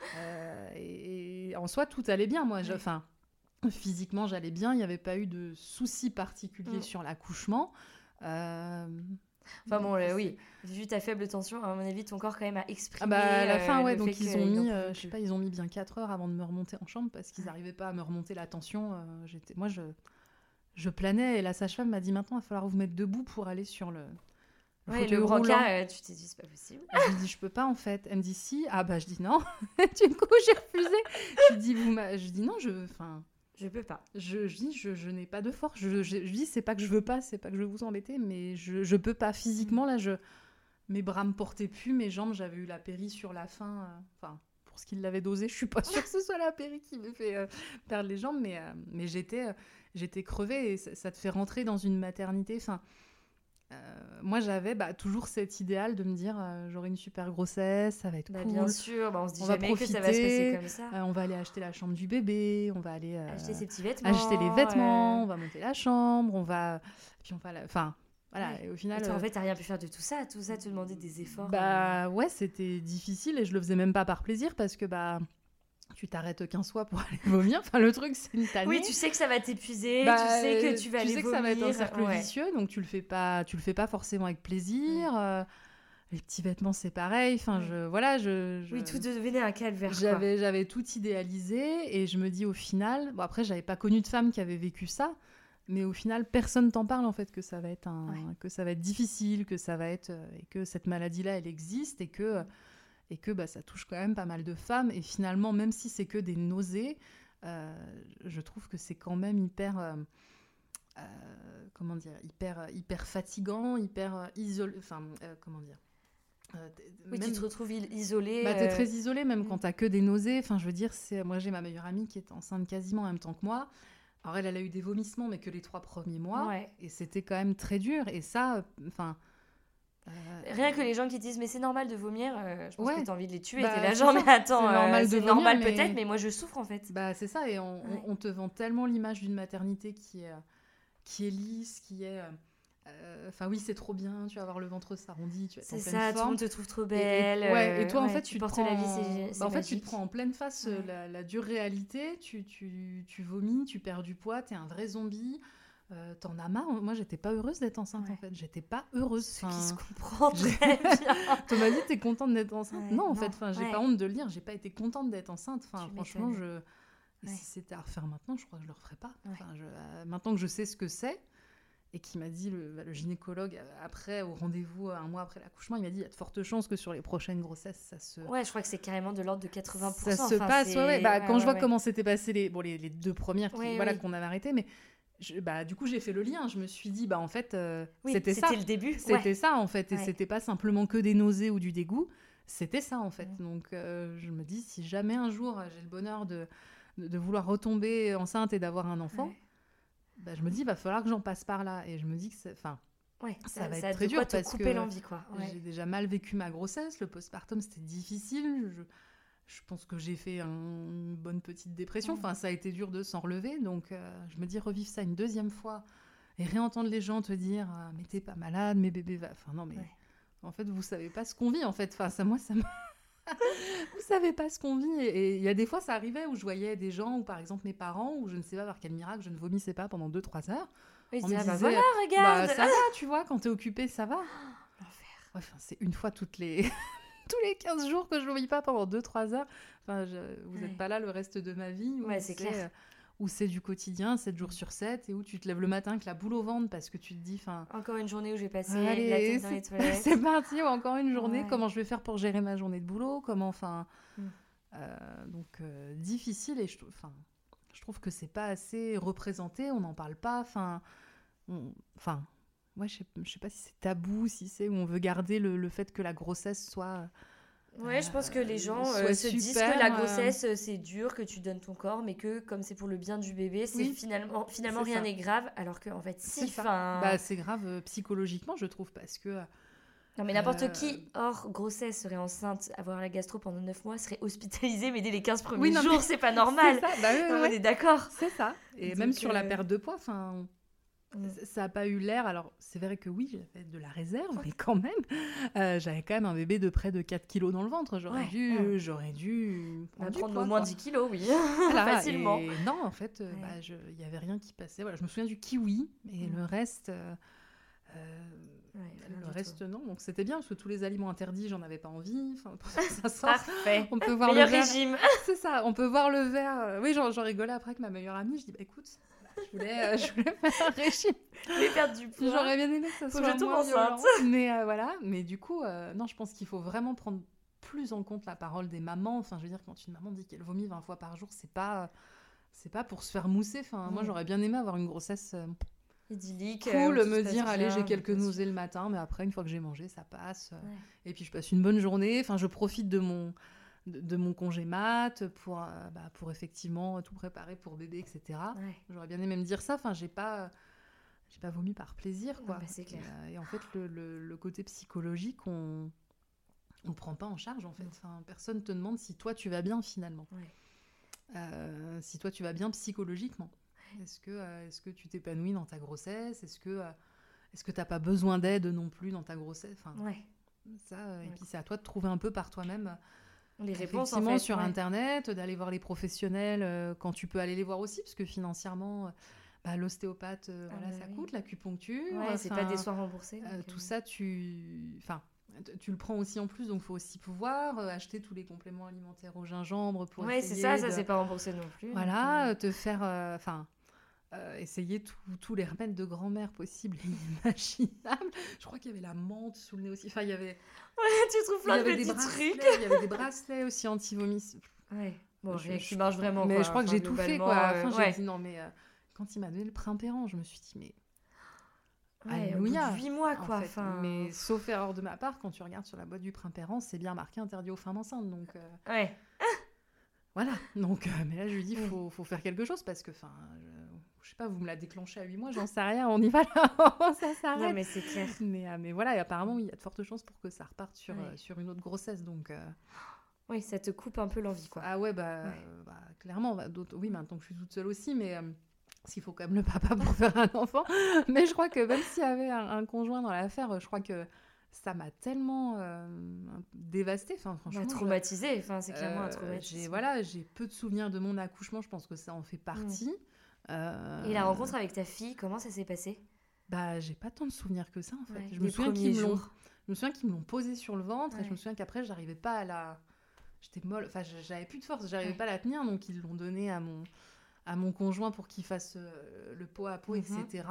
[SPEAKER 5] et en soi, tout allait bien. Moi, enfin, physiquement, j'allais bien, il n'y avait pas eu de soucis particuliers sur l'accouchement.
[SPEAKER 4] Enfin bon, oui, vu ta faible tension, à mon avis, ton corps quand même a exprimé.
[SPEAKER 5] À la fin,
[SPEAKER 4] le
[SPEAKER 5] donc
[SPEAKER 4] fait
[SPEAKER 5] ils ont mis,
[SPEAKER 4] je
[SPEAKER 5] je sais pas, ils ont mis bien 4 heures avant de me remonter en chambre parce qu'ils n'arrivaient pas à me remonter la tension. Moi, je planais et la sage-femme m'a dit maintenant, il va falloir vous mettre debout pour aller sur le fauteuil
[SPEAKER 4] le
[SPEAKER 5] roulant.
[SPEAKER 4] brancard, tu t'es dit, c'est pas possible.
[SPEAKER 5] Je lui dis, je peux pas en fait. Elle me dit, si. Ah bah, je dis non. Du coup, j'ai refusé. Je dis non,
[SPEAKER 4] je peux pas.
[SPEAKER 5] Je dis, je n'ai pas de force. Je dis, c'est pas que je veux pas, c'est pas que je veux vous embêter, mais je peux pas physiquement. Là, mes bras me portaient plus, mes jambes, j'avais eu la péri sur la fin. Enfin, pour ce qu'il l'avait dosé, je suis pas sûre que ce soit la péri qui me fait perdre les jambes, mais j'étais crevée et ça te fait rentrer dans une maternité. Enfin, moi, j'avais toujours cet idéal de me dire j'aurai une super grossesse, ça va être cool.
[SPEAKER 4] Bien sûr, on se dit
[SPEAKER 5] on
[SPEAKER 4] jamais que ça va se passer comme ça.
[SPEAKER 5] On va aller acheter la chambre du bébé, on va aller
[SPEAKER 4] acheter ses petits vêtements.
[SPEAKER 5] Acheter les vêtements, on va monter la chambre, Enfin, voilà, et au final...
[SPEAKER 4] Et toi, en fait, t'as rien pu faire de tout ça te demandait des efforts.
[SPEAKER 5] Ouais, c'était difficile et je le faisais même pas par plaisir parce que tu t'arrêtes 15 fois pour aller vomir. Enfin, le truc, c'est une tannée.
[SPEAKER 4] Oui, tu sais que ça va t'épuiser, tu sais que tu vas aller vomir. Tu sais que
[SPEAKER 5] ça va être un cercle vicieux, donc tu le fais pas forcément avec plaisir. Les petits vêtements, c'est pareil. Enfin,
[SPEAKER 4] Oui, tout devenait un calvaire.
[SPEAKER 5] J'avais tout idéalisé et je me dis au final... Bon, après, j'avais pas connu de femme qui avait vécu ça, mais au final, personne t'en parle en fait que ça va être que ça va être difficile, que ça va être et que cette maladie-là, elle existe et que ça touche quand même pas mal de femmes. Et finalement, même si c'est que des nausées, je trouve que c'est quand même hyper fatigant, hyper isolé. Enfin, comment dire
[SPEAKER 4] Oui, tu te retrouves isolée.
[SPEAKER 5] T'es très isolée, même quand t'as que des nausées. Enfin, je veux dire, moi j'ai ma meilleure amie qui est enceinte quasiment en même temps que moi. Alors elle a eu des vomissements, mais que les 3 premiers mois. Et c'était quand même très dur. Et ça,
[SPEAKER 4] rien que les gens qui disent mais c'est normal de vomir, je pense que t'as envie de les tuer. T'es là
[SPEAKER 5] c'est
[SPEAKER 4] genre
[SPEAKER 5] ça.
[SPEAKER 4] mais attends,
[SPEAKER 5] c'est
[SPEAKER 4] normal
[SPEAKER 5] vomir,
[SPEAKER 4] peut-être, mais moi je souffre en fait.
[SPEAKER 5] C'est ça, et on te vend tellement l'image d'une maternité qui est lisse, qui est... Enfin oui, c'est trop bien, tu vas avoir le ventre s'arrondi, tu vas être en pleine forme. C'est ça,
[SPEAKER 4] tout le monde te trouve trop belle.
[SPEAKER 5] Et toi en fait tu
[SPEAKER 4] portes
[SPEAKER 5] te prends...
[SPEAKER 4] la vie, c'est
[SPEAKER 5] en fait
[SPEAKER 4] magique.
[SPEAKER 5] tu te prends en pleine face la dure réalité, tu vomis, tu perds du poids, t'es un vrai zombie. T'en as marre. Moi, j'étais pas heureuse d'être enceinte en fait. J'étais pas heureuse.
[SPEAKER 4] Ce qui se comprend très bien.
[SPEAKER 5] Thomas dit, t'es contente d'être enceinte? Non, en fait. Enfin, j'ai pas honte de le dire. J'ai pas été contente d'être enceinte. Enfin, franchement, si c'était à refaire maintenant, je crois que je le referais pas. Enfin, maintenant que je sais ce que c'est, et qui m'a dit le gynécologue après au rendez-vous 1 mois après l'accouchement, il m'a dit il y a de fortes chances que sur les prochaines grossesses ça se...
[SPEAKER 4] Ouais, je crois que c'est carrément de l'ordre de 80%.
[SPEAKER 5] Ça se passe. Quand je vois comment s'étaient passées les 2 premières qu'on avait arrêtées, mais du coup j'ai fait le lien, je me suis dit en fait c'était ça,
[SPEAKER 4] le début,
[SPEAKER 5] c'était ça en fait, et c'était pas simplement que des nausées ou du dégoût, c'était ça en fait. Donc je me dis si jamais un jour j'ai le bonheur de vouloir retomber enceinte et d'avoir un enfant, je me dis il va falloir que j'en passe par là, et je me dis que ça va être très dur parce que
[SPEAKER 4] l'envie, quoi.
[SPEAKER 5] J'ai déjà mal vécu ma grossesse, le postpartum c'était difficile, je pense que j'ai fait une bonne petite dépression. Enfin, ça a été dur de s'en relever. Donc, je me dis, revivre ça une 2e fois et réentendre les gens te dire « Mais t'es pas malade, mais bébé va... » Enfin, non, mais en fait, vous savez pas ce qu'on vit, en fait. Enfin, ça me... Vous savez pas ce qu'on vit. Et il y a des fois, ça arrivait où je voyais des gens, ou par exemple mes parents, où je ne sais pas par quel miracle, je ne vomissais pas pendant 2-3 heures.
[SPEAKER 4] Oui,
[SPEAKER 5] on me disait,
[SPEAKER 4] voilà, regarde.
[SPEAKER 5] Ça va, tu vois, quand t'es occupée, ça va.
[SPEAKER 4] L'enfer.
[SPEAKER 5] Enfin, c'est une fois tous les 15 jours que je ne vomis pas pendant 2-3 heures. Enfin, vous n'êtes pas là le reste de ma vie.
[SPEAKER 4] C'est clair.
[SPEAKER 5] Où c'est du quotidien, 7 jours sur 7, et où tu te lèves le matin avec la boule au ventre parce que tu te dis...
[SPEAKER 4] Encore une journée où j'ai passé la tête dans les toilettes.
[SPEAKER 5] C'est parti, ou encore une journée. Comment je vais faire pour gérer ma journée de boulot? Donc, difficile, et je trouve que c'est pas assez représenté, on n'en parle pas. Moi, je sais pas si c'est tabou, si c'est où on veut garder le fait que la grossesse soit...
[SPEAKER 4] Ouais, je pense que les gens se disent que la grossesse, c'est dur, que tu donnes ton corps, mais que comme c'est pour le bien du bébé, finalement rien n'est grave, alors qu'en fait, si.
[SPEAKER 5] C'est grave psychologiquement, je trouve, parce que
[SPEAKER 4] Non, mais n'importe qui, hors grossesse, serait enceinte, avoir la gastro pendant 9 mois, serait hospitalisé, mais dès les 15 premiers jours, c'est pas normal.
[SPEAKER 5] C'est ça,
[SPEAKER 4] On est d'accord.
[SPEAKER 5] C'est ça. Et donc, même sur la perte de poids, ça n'a pas eu l'air. Alors, c'est vrai que oui, j'avais de la réserve, mais quand même, j'avais quand même un bébé de près de 4 kilos dans le ventre. J'aurais dû
[SPEAKER 4] prendre au moins 10 kilos, oui.
[SPEAKER 5] Voilà,
[SPEAKER 4] facilement.
[SPEAKER 5] Et non, en fait, il n'y avait rien qui passait. Voilà, je me souviens du kiwi, et le reste... le reste, non. Donc, c'était bien, parce que tous les aliments interdits, j'en avais pas envie. Ça sort.
[SPEAKER 4] Parfait.
[SPEAKER 5] On peut voir
[SPEAKER 4] meilleur
[SPEAKER 5] le verre.
[SPEAKER 4] régime.
[SPEAKER 5] C'est ça, on peut voir le verre. Oui, j'en rigolais après avec ma meilleure amie. Je dis, écoute... Je voulais faire un régime.
[SPEAKER 4] Je voulais perdre du poids.
[SPEAKER 5] J'aurais bien aimé que ça soit moins violent. Mais voilà. Mais du coup, non, je pense qu'il faut vraiment prendre plus en compte la parole des mamans. Enfin, je veux dire, quand une maman dit qu'elle vomit 20 fois par jour, c'est pas pour se faire mousser. Enfin, moi, j'aurais bien aimé avoir une grossesse
[SPEAKER 4] idyllique.
[SPEAKER 5] Cool, me dire, allez, j'ai quelques nausées le matin, mais après, une fois que j'ai mangé, ça passe. Et puis, je passe une bonne journée. Enfin, je profite de mon congé mat pour effectivement tout préparer pour bébé, etc. J'aurais bien aimé me dire ça. Enfin, j'ai pas vomi par plaisir, quoi.
[SPEAKER 4] C'est clair.
[SPEAKER 5] Et en fait, le côté psychologique, on prend pas en charge, en fait. Enfin, personne te demande si toi tu vas bien finalement. Si toi tu vas bien psychologiquement. Est-ce que tu t'épanouis dans ta grossesse ? Est-ce que t'as pas besoin d'aide non plus dans ta grossesse ? Enfin, ça. Et puis c'est à toi de trouver un peu par toi-même.
[SPEAKER 4] Les réponses
[SPEAKER 5] effectivement, sur Internet, d'aller voir les professionnels quand tu peux aller les voir aussi, parce que financièrement, l'ostéopathe, ça coûte, l'acupuncture.
[SPEAKER 4] C'est pas des soins remboursés.
[SPEAKER 5] Tout ça, tu le prends aussi en plus, donc il faut aussi pouvoir acheter tous les compléments alimentaires au gingembre pour essayer
[SPEAKER 4] c'est ça, ça c'est pas remboursé non plus.
[SPEAKER 5] Voilà, te faire... essayer tous les remèdes de grand-mère possibles et imaginables. Je crois qu'il y avait la menthe sous le nez aussi. Enfin, il y avait...
[SPEAKER 4] tu trouves plein de petits trucs.
[SPEAKER 5] Il y avait des bracelets aussi anti-vomi.
[SPEAKER 4] Bon, qui marche vraiment.
[SPEAKER 5] Mais je crois que j'ai tout fait, quoi. J'ai dit non, mais quand il m'a donné le Primpéran, je me suis dit, mais... Alléluia.
[SPEAKER 4] 8 mois, quoi.
[SPEAKER 5] Mais sauf erreur de ma part, quand tu regardes sur la boîte du Primpéran, c'est bien marqué interdit aux femmes enceintes. Donc, voilà. Donc, mais là, je lui dis, faut faire quelque chose parce que, je sais pas, vous me la déclenchez à 8 mois, j'en sais rien, on y va là, ça s'arrête.
[SPEAKER 4] Non, mais c'est clair.
[SPEAKER 5] Mais voilà, et apparemment, il y a de fortes chances pour que ça reparte sur une autre grossesse. Donc,
[SPEAKER 4] oui, ça te coupe un peu l'envie, quoi.
[SPEAKER 5] Ah ouais, clairement. Oui, maintenant que je suis toute seule aussi, mais... s'il faut quand même le papa pour faire un enfant. Mais je crois que même s'il y avait un conjoint dans l'affaire, je crois que ça m'a tellement dévastée. Enfin, franchement,
[SPEAKER 4] traumatisée. Enfin, c'est clairement un traumatisme.
[SPEAKER 5] J'ai peu de souvenirs de mon accouchement. Je pense que ça en fait partie.
[SPEAKER 4] Et la rencontre avec ta fille, comment ça s'est passé ?
[SPEAKER 5] J'ai pas tant de souvenirs que ça, en fait. Je me souviens qu'ils me l'ont posée sur le ventre et je me souviens qu'après, j'arrivais pas à la... J'étais molle. Enfin, j'avais plus de force. J'arrivais pas à la tenir. Donc, ils l'ont donnée à mon conjoint pour qu'il fasse le pot à pot, etc.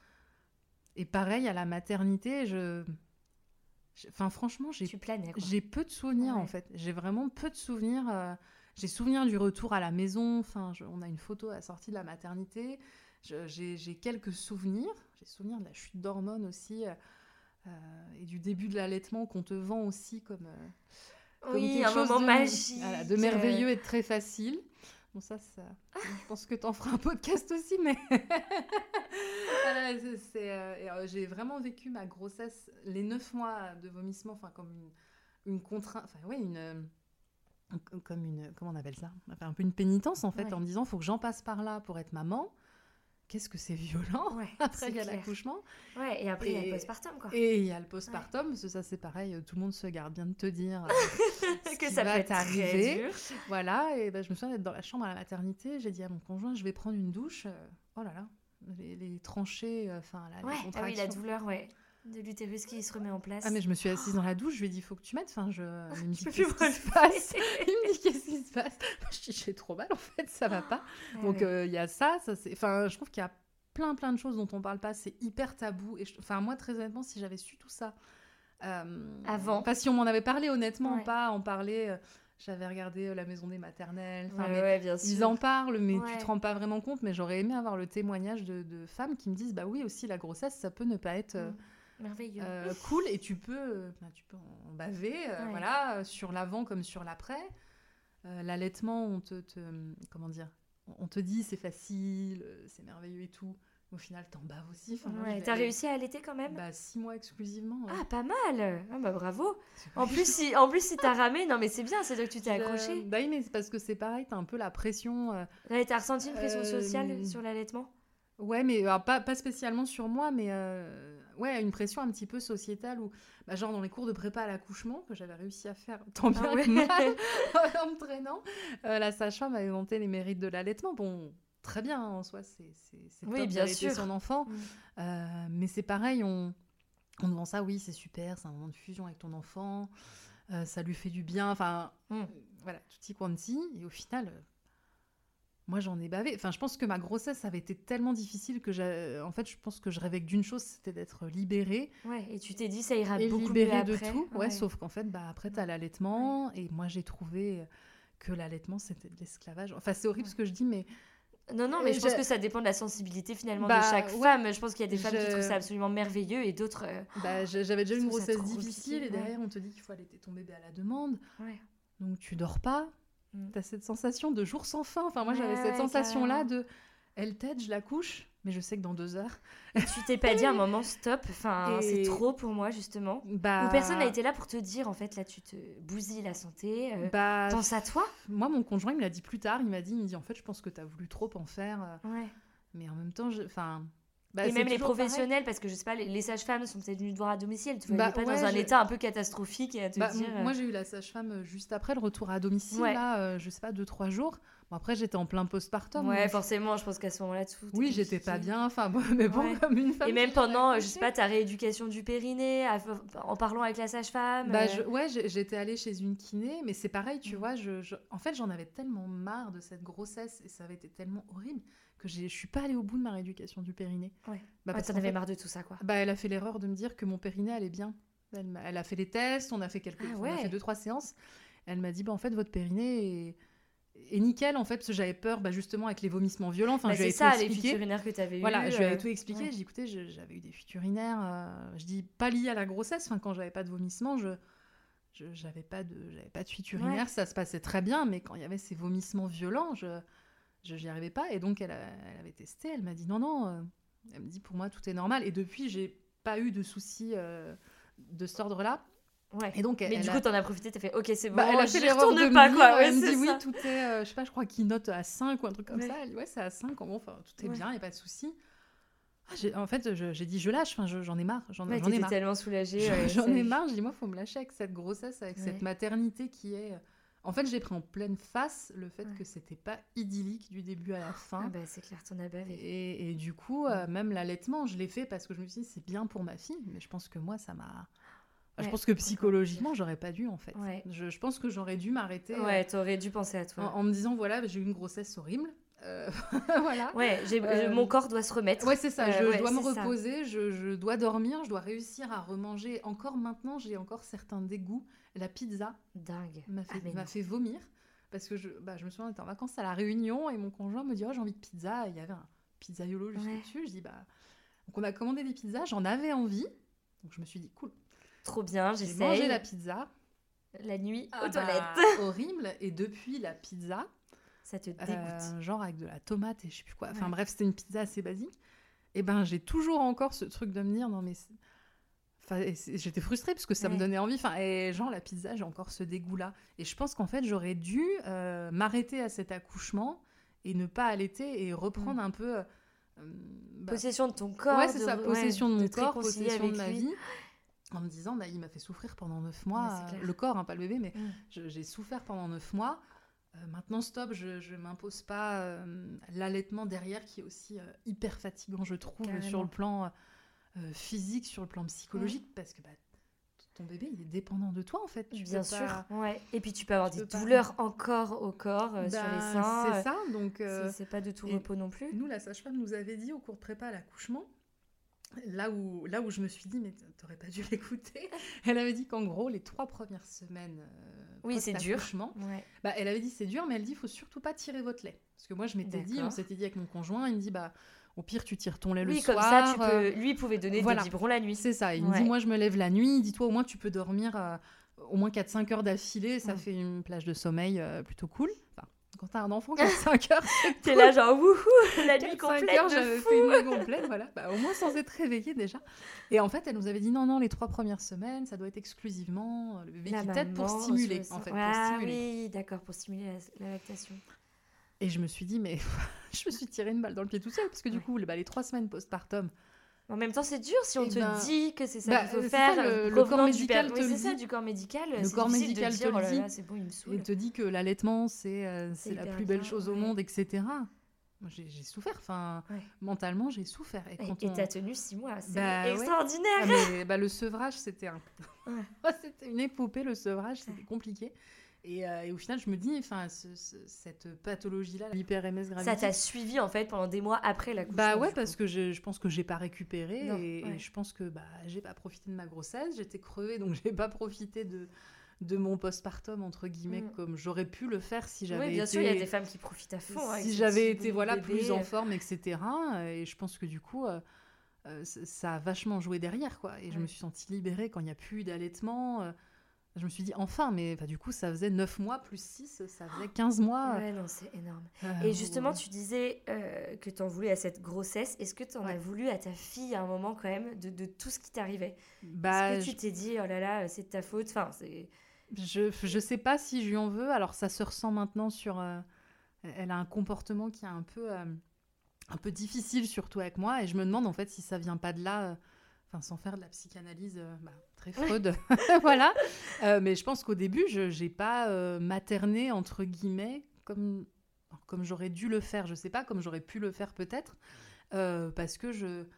[SPEAKER 5] Et pareil, à la maternité, franchement,
[SPEAKER 4] tu planais, quoi.
[SPEAKER 5] J'ai peu de souvenirs, en fait. J'ai vraiment peu de souvenirs. J'ai souvenir du retour à la maison. Enfin, on a une photo à la sortie de la maternité. J'ai quelques souvenirs. J'ai souvenir de la chute d'hormones aussi et du début de l'allaitement qu'on te vend aussi comme quelque chose
[SPEAKER 4] moment magique.
[SPEAKER 5] De merveilleux et de très facile. Bon, ça, je pense que t'en feras un podcast aussi, mais j'ai vraiment vécu ma grossesse, les 9 mois de vomissement, comme une contrainte, comme une, comment on appelle ça ? Un peu une pénitence, en fait, en me disant, faut que j'en passe par là pour être maman. Qu'est-ce que c'est violent. Après, il y a l'accouchement.
[SPEAKER 4] Et après, il y a le postpartum, quoi.
[SPEAKER 5] Et il y a le postpartum, parce que ça, c'est pareil, tout le monde se garde bien de te dire
[SPEAKER 4] que ça peut t'arriver.
[SPEAKER 5] Voilà, et je me souviens d'être dans la chambre à la maternité, j'ai dit à mon conjoint, je vais prendre une douche. Oh là là, les tranchées, les contractions.
[SPEAKER 4] Ah oui, la douleur, de l'utérus qui se remet en place.
[SPEAKER 5] Ah, mais je me suis assise dans la douche, je lui ai dit, il faut que tu m'aides. Il me dit,
[SPEAKER 4] qu'est-ce qui
[SPEAKER 5] se passe ? Il me dit, qu'est-ce qui se passe ? Je dis, j'ai trop mal, en fait, ça va pas. Donc, il y a ça c'est... Enfin, je trouve qu'il y a plein de choses dont on parle pas, c'est hyper tabou. Et moi, très honnêtement, si j'avais su tout ça...
[SPEAKER 4] avant.
[SPEAKER 5] Enfin, si on m'en avait parlé, honnêtement, pas en parler... J'avais regardé La Maison des maternelles.
[SPEAKER 4] Bien sûr.
[SPEAKER 5] Ils en parlent, mais tu te rends pas vraiment compte. Mais j'aurais aimé avoir le témoignage de femmes qui me disent, bah oui, aussi, la grossesse, ça peut ne pas être...
[SPEAKER 4] merveilleux.
[SPEAKER 5] Cool, et tu peux en baver, sur l'avant comme sur l'après. L'allaitement, on te comment dire, on te dit c'est facile, c'est merveilleux et tout. Au final, t'en baves aussi. Enfin,
[SPEAKER 4] Ouais, t'as réussi à allaiter quand même?
[SPEAKER 5] 6 mois exclusivement. Ouais.
[SPEAKER 4] Ah, pas mal. Ah, bah bravo. En plus, si t'as ramé, non mais c'est bien, c'est-à-dire que tu t'es accroché.
[SPEAKER 5] Bah oui, mais c'est parce que c'est pareil, t'as un peu la pression.
[SPEAKER 4] Ouais, t'as ressenti une pression sociale sur l'allaitement?
[SPEAKER 5] Ouais, mais alors, pas spécialement sur moi, mais ouais, une pression un petit peu sociétale où, genre dans les cours de prépa à l'accouchement, que j'avais réussi à faire tant bien que mal en me traînant, la sage-femme avait vanté les mérites de l'allaitement. Bon, très bien en soi, c'est
[SPEAKER 4] Oui,
[SPEAKER 5] top
[SPEAKER 4] bien
[SPEAKER 5] d'allaiter
[SPEAKER 4] sûr.
[SPEAKER 5] son enfant, mais c'est pareil, on nous vend ça, oui, c'est super, c'est un moment de fusion avec ton enfant, ça lui fait du bien, enfin, voilà, tutti quanti, et au final... moi, j'en ai bavé. Enfin, je pense que ma grossesse avait été tellement difficile que en fait, je pense que je rêvais que d'une chose, c'était d'être libérée.
[SPEAKER 4] Ouais, et tu t'es dit, ça ira
[SPEAKER 5] et
[SPEAKER 4] beaucoup mieux
[SPEAKER 5] libérée
[SPEAKER 4] après.
[SPEAKER 5] de tout. Ouais, sauf qu'en fait, après, t'as l'allaitement. Et moi, j'ai trouvé que l'allaitement, c'était de l'esclavage. Enfin, c'est horrible ce que je dis, mais...
[SPEAKER 4] Non, mais je pense que ça dépend de la sensibilité finalement de chaque
[SPEAKER 5] ouais,
[SPEAKER 4] femme. Je pense qu'il y a des femmes qui trouvent ça absolument merveilleux et d'autres...
[SPEAKER 5] j'avais déjà
[SPEAKER 4] je
[SPEAKER 5] une
[SPEAKER 4] trouve ça
[SPEAKER 5] grossesse
[SPEAKER 4] trop
[SPEAKER 5] difficile.
[SPEAKER 4] compliqué,
[SPEAKER 5] Et derrière, on te dit qu'il faut allaiter ton bébé à la demande.
[SPEAKER 4] Ouais.
[SPEAKER 5] Donc, tu dors pas. T'as cette sensation de jour sans fin. Enfin, moi, j'avais cette
[SPEAKER 4] Ouais,
[SPEAKER 5] sensation-là de... elle t'aide, je la couche, mais je sais que dans 2 heures...
[SPEAKER 4] Tu t'es pas dit un moment stop, enfin, c'est trop pour moi justement. Ou personne n'a été là pour te dire, en fait, là tu te bousilles la santé, pense à toi.
[SPEAKER 5] Moi, mon conjoint, il me l'a dit plus tard, il me dit en fait, je pense que t'as voulu trop en faire.
[SPEAKER 4] Ouais.
[SPEAKER 5] Mais en même temps,
[SPEAKER 4] et même les professionnels, pareil. Parce que je sais pas, les sages-femmes sont peut-être venues te voir à domicile, tu voyais pas dans un état un peu catastrophique et à te dire...
[SPEAKER 5] Moi, j'ai eu la sage-femme juste après le retour à domicile, là, je sais pas, 2-3 jours. Bon, après, j'étais en plein postpartum.
[SPEAKER 4] Ouais, forcément, je pense qu'à ce moment-là, tout.
[SPEAKER 5] Oui, j'étais pas bien, enfin, mais bon, comme une femme.
[SPEAKER 4] Et même pendant, je sais pas, ta rééducation du périnée, en parlant avec la sage-femme.
[SPEAKER 5] J'étais allée chez une kiné, mais c'est pareil, tu vois, en fait, j'en avais tellement marre de cette grossesse et ça avait été tellement horrible que je suis pas allée au bout de ma rééducation du périnée.
[SPEAKER 4] Ouais. T'en avais marre de tout ça, quoi.
[SPEAKER 5] Elle a fait l'erreur de me dire que mon périnée allait bien. Elle a fait les tests, on a fait 2-3 séances. Elle m'a dit, en fait, votre périnée est nickel, en fait, parce que j'avais peur, justement, avec les vomissements violents. Enfin,
[SPEAKER 4] c'est ça, les fuites urinaires que tu avais eues.
[SPEAKER 5] Voilà, je lui avais tout expliqué. J'ai dit, écoutez, j'avais eu des fuites urinaires. Je dis, pas liées à la grossesse. Enfin, quand j'avais pas de vomissements, j'avais pas de fuites urinaires. Ça se passait très bien, mais quand il y avait ces vomissements violents, je n'y arrivais pas. Et donc, elle avait testé. Elle m'a dit, non. Elle me dit, pour moi, tout est normal. Et depuis, j'ai pas eu de soucis de cet ordre-là.
[SPEAKER 4] Ouais.
[SPEAKER 5] Et donc,
[SPEAKER 4] mais du coup, t'en as profité, t'as fait, ok, c'est bon,
[SPEAKER 5] elle a fait l'erreur de
[SPEAKER 4] pas,
[SPEAKER 5] me
[SPEAKER 4] quoi.
[SPEAKER 5] Dire, elle me dit,
[SPEAKER 4] ça.
[SPEAKER 5] oui, tout est, je sais pas, je crois qu'il note à 5 ou un truc comme ça. Elle dit, ouais, c'est à 5, bon, enfin, tout est bien, il n'y a pas de souci. En fait, j'ai dit, je lâche, j'en ai marre. J'en ai marre.
[SPEAKER 4] Tellement soulagée.
[SPEAKER 5] J'en ai marre, j'ai dit, moi, il faut me lâcher avec cette grossesse, avec cette maternité qui est... En fait, j'ai pris en pleine face le fait que c'était pas idyllique du début à la fin.
[SPEAKER 4] Ah bah, c'est clair, t'en as bavé.
[SPEAKER 5] Et du coup, même l'allaitement, je l'ai fait parce que je me suis dit, c'est bien pour ma fille, mais je pense que moi, ça m'a... Je pense que psychologiquement, j'aurais pas dû, en fait.
[SPEAKER 4] Ouais.
[SPEAKER 5] Je pense que j'aurais dû m'arrêter.
[SPEAKER 4] Ouais, t'aurais dû penser à toi.
[SPEAKER 5] En me disant, voilà, j'ai eu une grossesse horrible. Voilà.
[SPEAKER 4] Ouais, mon corps doit se remettre.
[SPEAKER 5] Ouais, c'est ça. Je dois me reposer, je dois dormir, je dois réussir à remanger. Encore maintenant, j'ai encore certains dégoûts. La pizza m'a fait vomir. Parce que je me souviens, on était en vacances à La Réunion et mon conjoint me dit, j'ai envie de pizza. Et il y avait un pizzaiolo juste au-dessus. Je dis, donc on a commandé des pizzas, j'en avais envie. Donc je me suis dit, cool.
[SPEAKER 4] Trop bien, j'essaye.
[SPEAKER 5] J'ai mangé la pizza.
[SPEAKER 4] La nuit aux toilettes.
[SPEAKER 5] Horrible. Et depuis la pizza...
[SPEAKER 4] ça te dégoûte.
[SPEAKER 5] Genre avec de la tomate et je sais plus quoi. Enfin bref, c'était une pizza assez basique. Et j'ai toujours encore ce truc de me dire, non mais... j'étais frustrée parce que ça me donnait envie. Et genre la pizza, j'ai encore ce dégoût-là. Et je pense qu'en fait, j'aurais dû m'arrêter à cet accouchement et ne pas allaiter et reprendre un peu...
[SPEAKER 4] possession de ton corps.
[SPEAKER 5] Ouais, c'est ça, possession de mon corps, possession de ma vie.
[SPEAKER 4] Lui.
[SPEAKER 5] En me disant, il m'a fait souffrir pendant 9 mois. Le corps, pas le bébé, mais j'ai souffert pendant 9 mois. Maintenant, stop, je m'impose pas l'allaitement derrière qui est aussi hyper fatigant, je trouve, sur le plan physique, sur le plan psychologique, parce que ton bébé, il est dépendant de toi, en fait.
[SPEAKER 4] Bien sûr. Ouais. Et puis, tu peux avoir des douleurs encore au corps, sur les seins.
[SPEAKER 5] C'est ça, donc...
[SPEAKER 4] c'est pas de tout repos non plus.
[SPEAKER 5] Nous, la sage-femme nous avait dit au cours de prépa à l'accouchement, là où je me suis dit, mais t'aurais pas dû l'écouter, elle avait dit qu'en gros, les 3 premières semaines...
[SPEAKER 4] oui, c'est dur.
[SPEAKER 5] Ouais. Elle avait dit c'est dur, mais elle dit il faut surtout pas tirer votre lait. Parce que moi je m'étais dit, on s'était dit avec mon conjoint, il me dit au pire tu tires ton lait le soir.
[SPEAKER 4] Oui, comme ça lui il pouvait donner des biberons la nuit.
[SPEAKER 5] C'est ça, il me dit moi je me lève la nuit, dis-toi au moins tu peux dormir au moins 4-5 heures d'affilée, ça fait une plage de sommeil plutôt cool. Enfin, quand t'as un enfant qui a 5 heures,
[SPEAKER 4] T'es là genre wouhou, la nuit
[SPEAKER 5] 5
[SPEAKER 4] complète
[SPEAKER 5] heures,
[SPEAKER 4] de
[SPEAKER 5] j'avais
[SPEAKER 4] fou.
[SPEAKER 5] fait une nuit complète, voilà. Au moins sans être réveillée déjà. Et en fait, elle nous avait dit non, les 3 premières semaines, ça doit être exclusivement le bébé qui tète pour stimuler, en fait.
[SPEAKER 4] Ah oui, d'accord, pour stimuler la lactation.
[SPEAKER 5] Et je me suis dit, mais je me suis tiré une balle dans le pied tout seul, parce que du coup, les 3 semaines postpartum.
[SPEAKER 4] En même temps, c'est dur si on
[SPEAKER 5] Eh
[SPEAKER 4] te
[SPEAKER 5] ben,
[SPEAKER 4] dit que c'est ça qu'il faut
[SPEAKER 5] c'est
[SPEAKER 4] faire.
[SPEAKER 5] ça, le
[SPEAKER 4] revenant
[SPEAKER 5] corps
[SPEAKER 4] du
[SPEAKER 5] médical
[SPEAKER 4] père-
[SPEAKER 5] te
[SPEAKER 4] oui,
[SPEAKER 5] le
[SPEAKER 4] c'est ça,
[SPEAKER 5] dit.
[SPEAKER 4] du corps médical.
[SPEAKER 5] Le
[SPEAKER 4] c'est
[SPEAKER 5] corps
[SPEAKER 4] difficile
[SPEAKER 5] médical
[SPEAKER 4] de
[SPEAKER 5] te
[SPEAKER 4] dire,
[SPEAKER 5] le
[SPEAKER 4] oh là
[SPEAKER 5] dit.
[SPEAKER 4] là, c'est bon, il me saoule.
[SPEAKER 5] Et te dit que l'allaitement, c'est la
[SPEAKER 4] hyper
[SPEAKER 5] plus belle
[SPEAKER 4] bien,
[SPEAKER 5] chose au
[SPEAKER 4] ouais.
[SPEAKER 5] monde, etc. Moi, j'ai souffert,
[SPEAKER 4] Ouais.
[SPEAKER 5] mentalement, j'ai souffert. Et quand
[SPEAKER 4] Et t'as tenu 6 mois, c'est
[SPEAKER 5] Bah, ouais.
[SPEAKER 4] extraordinaire.
[SPEAKER 5] Le sevrage, c'était c'était une épopée, le sevrage, c'était compliqué. Et au final, je me dis, cette pathologie-là, l'hyper-MS
[SPEAKER 4] Ça
[SPEAKER 5] gravidique...
[SPEAKER 4] t'a suivi en fait pendant des mois après l'accouchement.
[SPEAKER 5] Bah ouais,
[SPEAKER 4] du
[SPEAKER 5] parce
[SPEAKER 4] coup.
[SPEAKER 5] que je pense que j'ai pas récupéré
[SPEAKER 4] Non,
[SPEAKER 5] et
[SPEAKER 4] ouais.
[SPEAKER 5] je pense que j'ai pas profité de ma grossesse, j'étais crevée, donc j'ai pas profité de mon postpartum, entre guillemets, comme j'aurais pu le faire si j'avais
[SPEAKER 4] Oui, bien
[SPEAKER 5] été...
[SPEAKER 4] sûr, il y a des femmes qui profitent à fond. avec
[SPEAKER 5] si
[SPEAKER 4] ce
[SPEAKER 5] j'avais
[SPEAKER 4] petit
[SPEAKER 5] été
[SPEAKER 4] bébé.
[SPEAKER 5] plus en forme, etc. Et je pense que du coup, ça a vachement joué derrière, quoi. Et je me suis sentie libérée quand il n'y a plus d'allaitement. Je me suis dit, enfin, mais du coup, ça faisait 9 mois plus 6, ça faisait 15 mois.
[SPEAKER 4] Ouais, non, c'est énorme. Et justement, tu disais que t'en voulais à cette grossesse. Est-ce que t'en as voulu à ta fille à un moment quand même de tout ce qui t'arrivait ? Est-ce que tu t'es dit, oh là là, c'est de ta faute ? Enfin, c'est...
[SPEAKER 5] Je sais pas si je lui en veux. Alors, ça se ressent maintenant sur... elle a un comportement qui est un peu difficile, surtout avec moi. Et je me demande, en fait, si ça vient pas de là... sans faire de la psychanalyse très Freud, voilà. Mais je pense qu'au début, je n'ai pas materné, entre guillemets, comme j'aurais dû le faire. Je sais pas, comme j'aurais pu le faire peut-être, parce que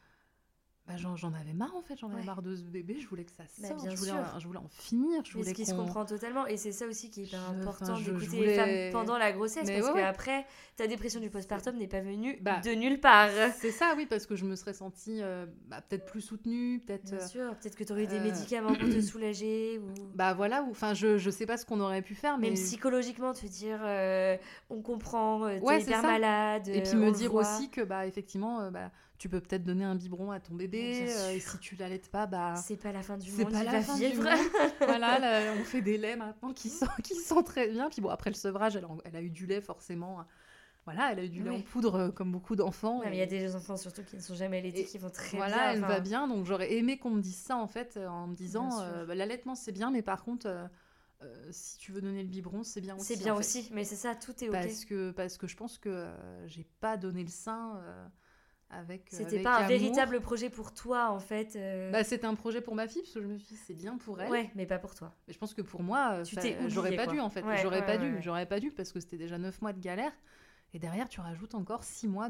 [SPEAKER 5] j'en avais marre, en fait. J'en avais marre de ce bébé. Je voulais que ça sorte.
[SPEAKER 4] Bien
[SPEAKER 5] je voulais en finir.
[SPEAKER 4] Mais ce qui se comprend totalement. Et c'est ça aussi qui est hyper important d'écouter
[SPEAKER 5] voulais...
[SPEAKER 4] les femmes pendant la grossesse.
[SPEAKER 5] Mais
[SPEAKER 4] parce qu'après, ta dépression du postpartum n'est pas venue de nulle part.
[SPEAKER 5] C'est ça, oui, parce que je me serais sentie peut-être plus soutenue. Bien
[SPEAKER 4] sûr, peut-être que tu aurais eu des médicaments pour te soulager. Ou...
[SPEAKER 5] je sais pas ce qu'on aurait pu faire. Mais
[SPEAKER 4] même psychologiquement, te dire on comprend, t'es hyper
[SPEAKER 5] ça.
[SPEAKER 4] malade.
[SPEAKER 5] Et puis me dire aussi que, effectivement... tu peux peut-être donner un biberon à ton bébé, et si tu l'allaites pas,
[SPEAKER 4] c'est pas la fin du monde,
[SPEAKER 5] il va vivre. Voilà, là, on fait des laits maintenant qui sentent très bien. Puis bon, après le sevrage, elle a eu du lait forcément. Voilà, elle a eu du lait en poudre comme beaucoup d'enfants.
[SPEAKER 4] Mais il y a des enfants surtout qui ne sont jamais allaités, qui vont très bien.
[SPEAKER 5] Voilà, elle va bien. Donc j'aurais aimé qu'on me dise ça en fait, en me disant l'allaitement c'est bien, mais par contre... si tu veux donner le biberon, c'est bien aussi.
[SPEAKER 4] C'est bien aussi, mais c'est ça, tout est ok.
[SPEAKER 5] Parce que je pense que j'ai pas donné le sein...
[SPEAKER 4] C'était pas un véritable projet pour toi en fait.
[SPEAKER 5] C'était un projet pour ma fille parce que je me suis dit c'est bien pour elle.
[SPEAKER 4] Ouais, mais pas pour toi.
[SPEAKER 5] Mais je pense que pour moi, j'aurais pas dû en fait. J'aurais pas dû parce que c'était déjà 9 mois de galère et derrière tu rajoutes encore 6 mois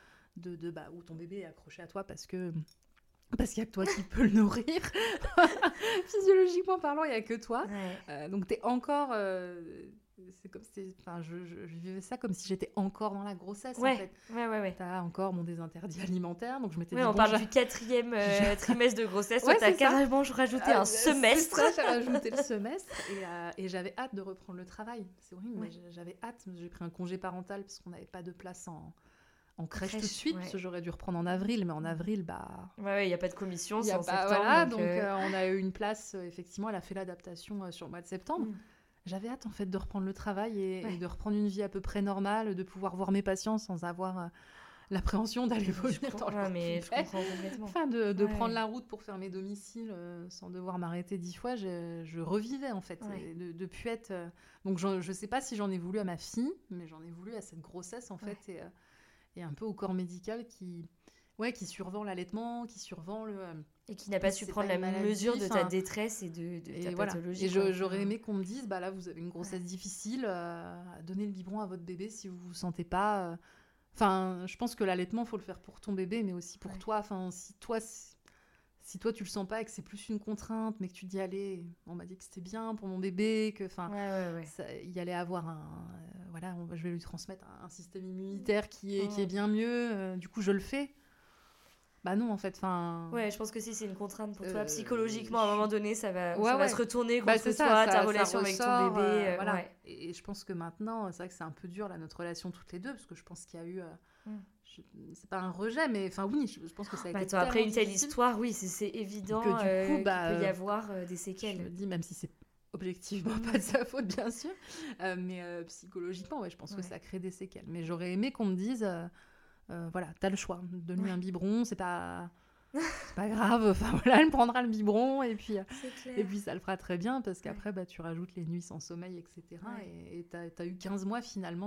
[SPEAKER 5] où ton bébé est accroché à toi parce qu'il y a que toi qui peux le nourrir. Physiologiquement parlant, il y a que toi. Donc t'es encore c'est comme si, je vivais ça comme si j'étais encore dans la grossesse en fait.
[SPEAKER 4] Ouais.
[SPEAKER 5] T'as encore mon désinterdit alimentaire, donc je m'étais dit
[SPEAKER 4] on parle du 4e trimestre de grossesse. Toi, t'as carrément rajouté un semestre.
[SPEAKER 5] C'est ça, j'ai rajouté le semestre et j'avais hâte de reprendre le travail. C'est horrible, mais j'avais hâte. J'ai pris un congé parental parce qu'on n'avait pas de place en crèche tout de suite, parce que j'aurais dû reprendre en avril, mais en avril,
[SPEAKER 4] il n'y a pas de commission, c'est en septembre.
[SPEAKER 5] Voilà, donc on a eu une place, effectivement, elle a fait l'adaptation sur le mois de septembre. J'avais hâte, en fait, de reprendre le travail et de reprendre une vie à peu près normale, de pouvoir voir mes patients sans avoir l'appréhension d'aller venir dans leur
[SPEAKER 4] mais je comprends complètement.
[SPEAKER 5] Enfin, de prendre la route pour faire mes domiciles sans devoir m'arrêter 10 fois, je revivais, en fait, de plus être... Donc, je sais pas si j'en ai voulu à ma fille, mais j'en ai voulu à cette grossesse, en fait, et un peu au corps médical qui survend l'allaitement, qui survend le...
[SPEAKER 4] et qui n'a pas su prendre la mesure de ta détresse et de ta pathologie.
[SPEAKER 5] Et j'aurais aimé qu'on me dise, là, vous avez une grossesse difficile, donnez le biberon à votre bébé si vous ne vous sentez pas... Enfin, je pense que l'allaitement, il faut le faire pour ton bébé, mais aussi pour toi. Enfin, si toi, tu le sens pas et que c'est plus une contrainte, mais que tu dis, allez, on m'a dit que c'était bien pour mon bébé, que il allait avoir je vais lui transmettre un système immunitaire qui est bien mieux, du coup, je le fais. Non, en fait,
[SPEAKER 4] je pense que si c'est une contrainte pour toi, psychologiquement, à un moment donné, ça va se retourner contre toi, ta relation avec ton bébé.
[SPEAKER 5] Et je pense que maintenant, c'est vrai que c'est un peu dur, là, notre relation toutes les deux, parce que je pense qu'il y a eu... c'est pas un rejet, mais je pense que ça a été
[SPEAKER 4] après une telle histoire, oui, c'est évident qu'il peut y avoir des séquelles.
[SPEAKER 5] Je me dis, même si c'est objectivement pas de sa faute, bien sûr, mais psychologiquement, ouais, je pense que ça crée des séquelles. Mais j'aurais aimé qu'on me dise, voilà, t'as le choix, donne-lui un biberon, c'est pas grave, enfin voilà, elle prendra le biberon et puis ça le fera très bien parce qu'après bah, tu rajoutes les nuits sans sommeil, etc. Et t'as eu 15 mois finalement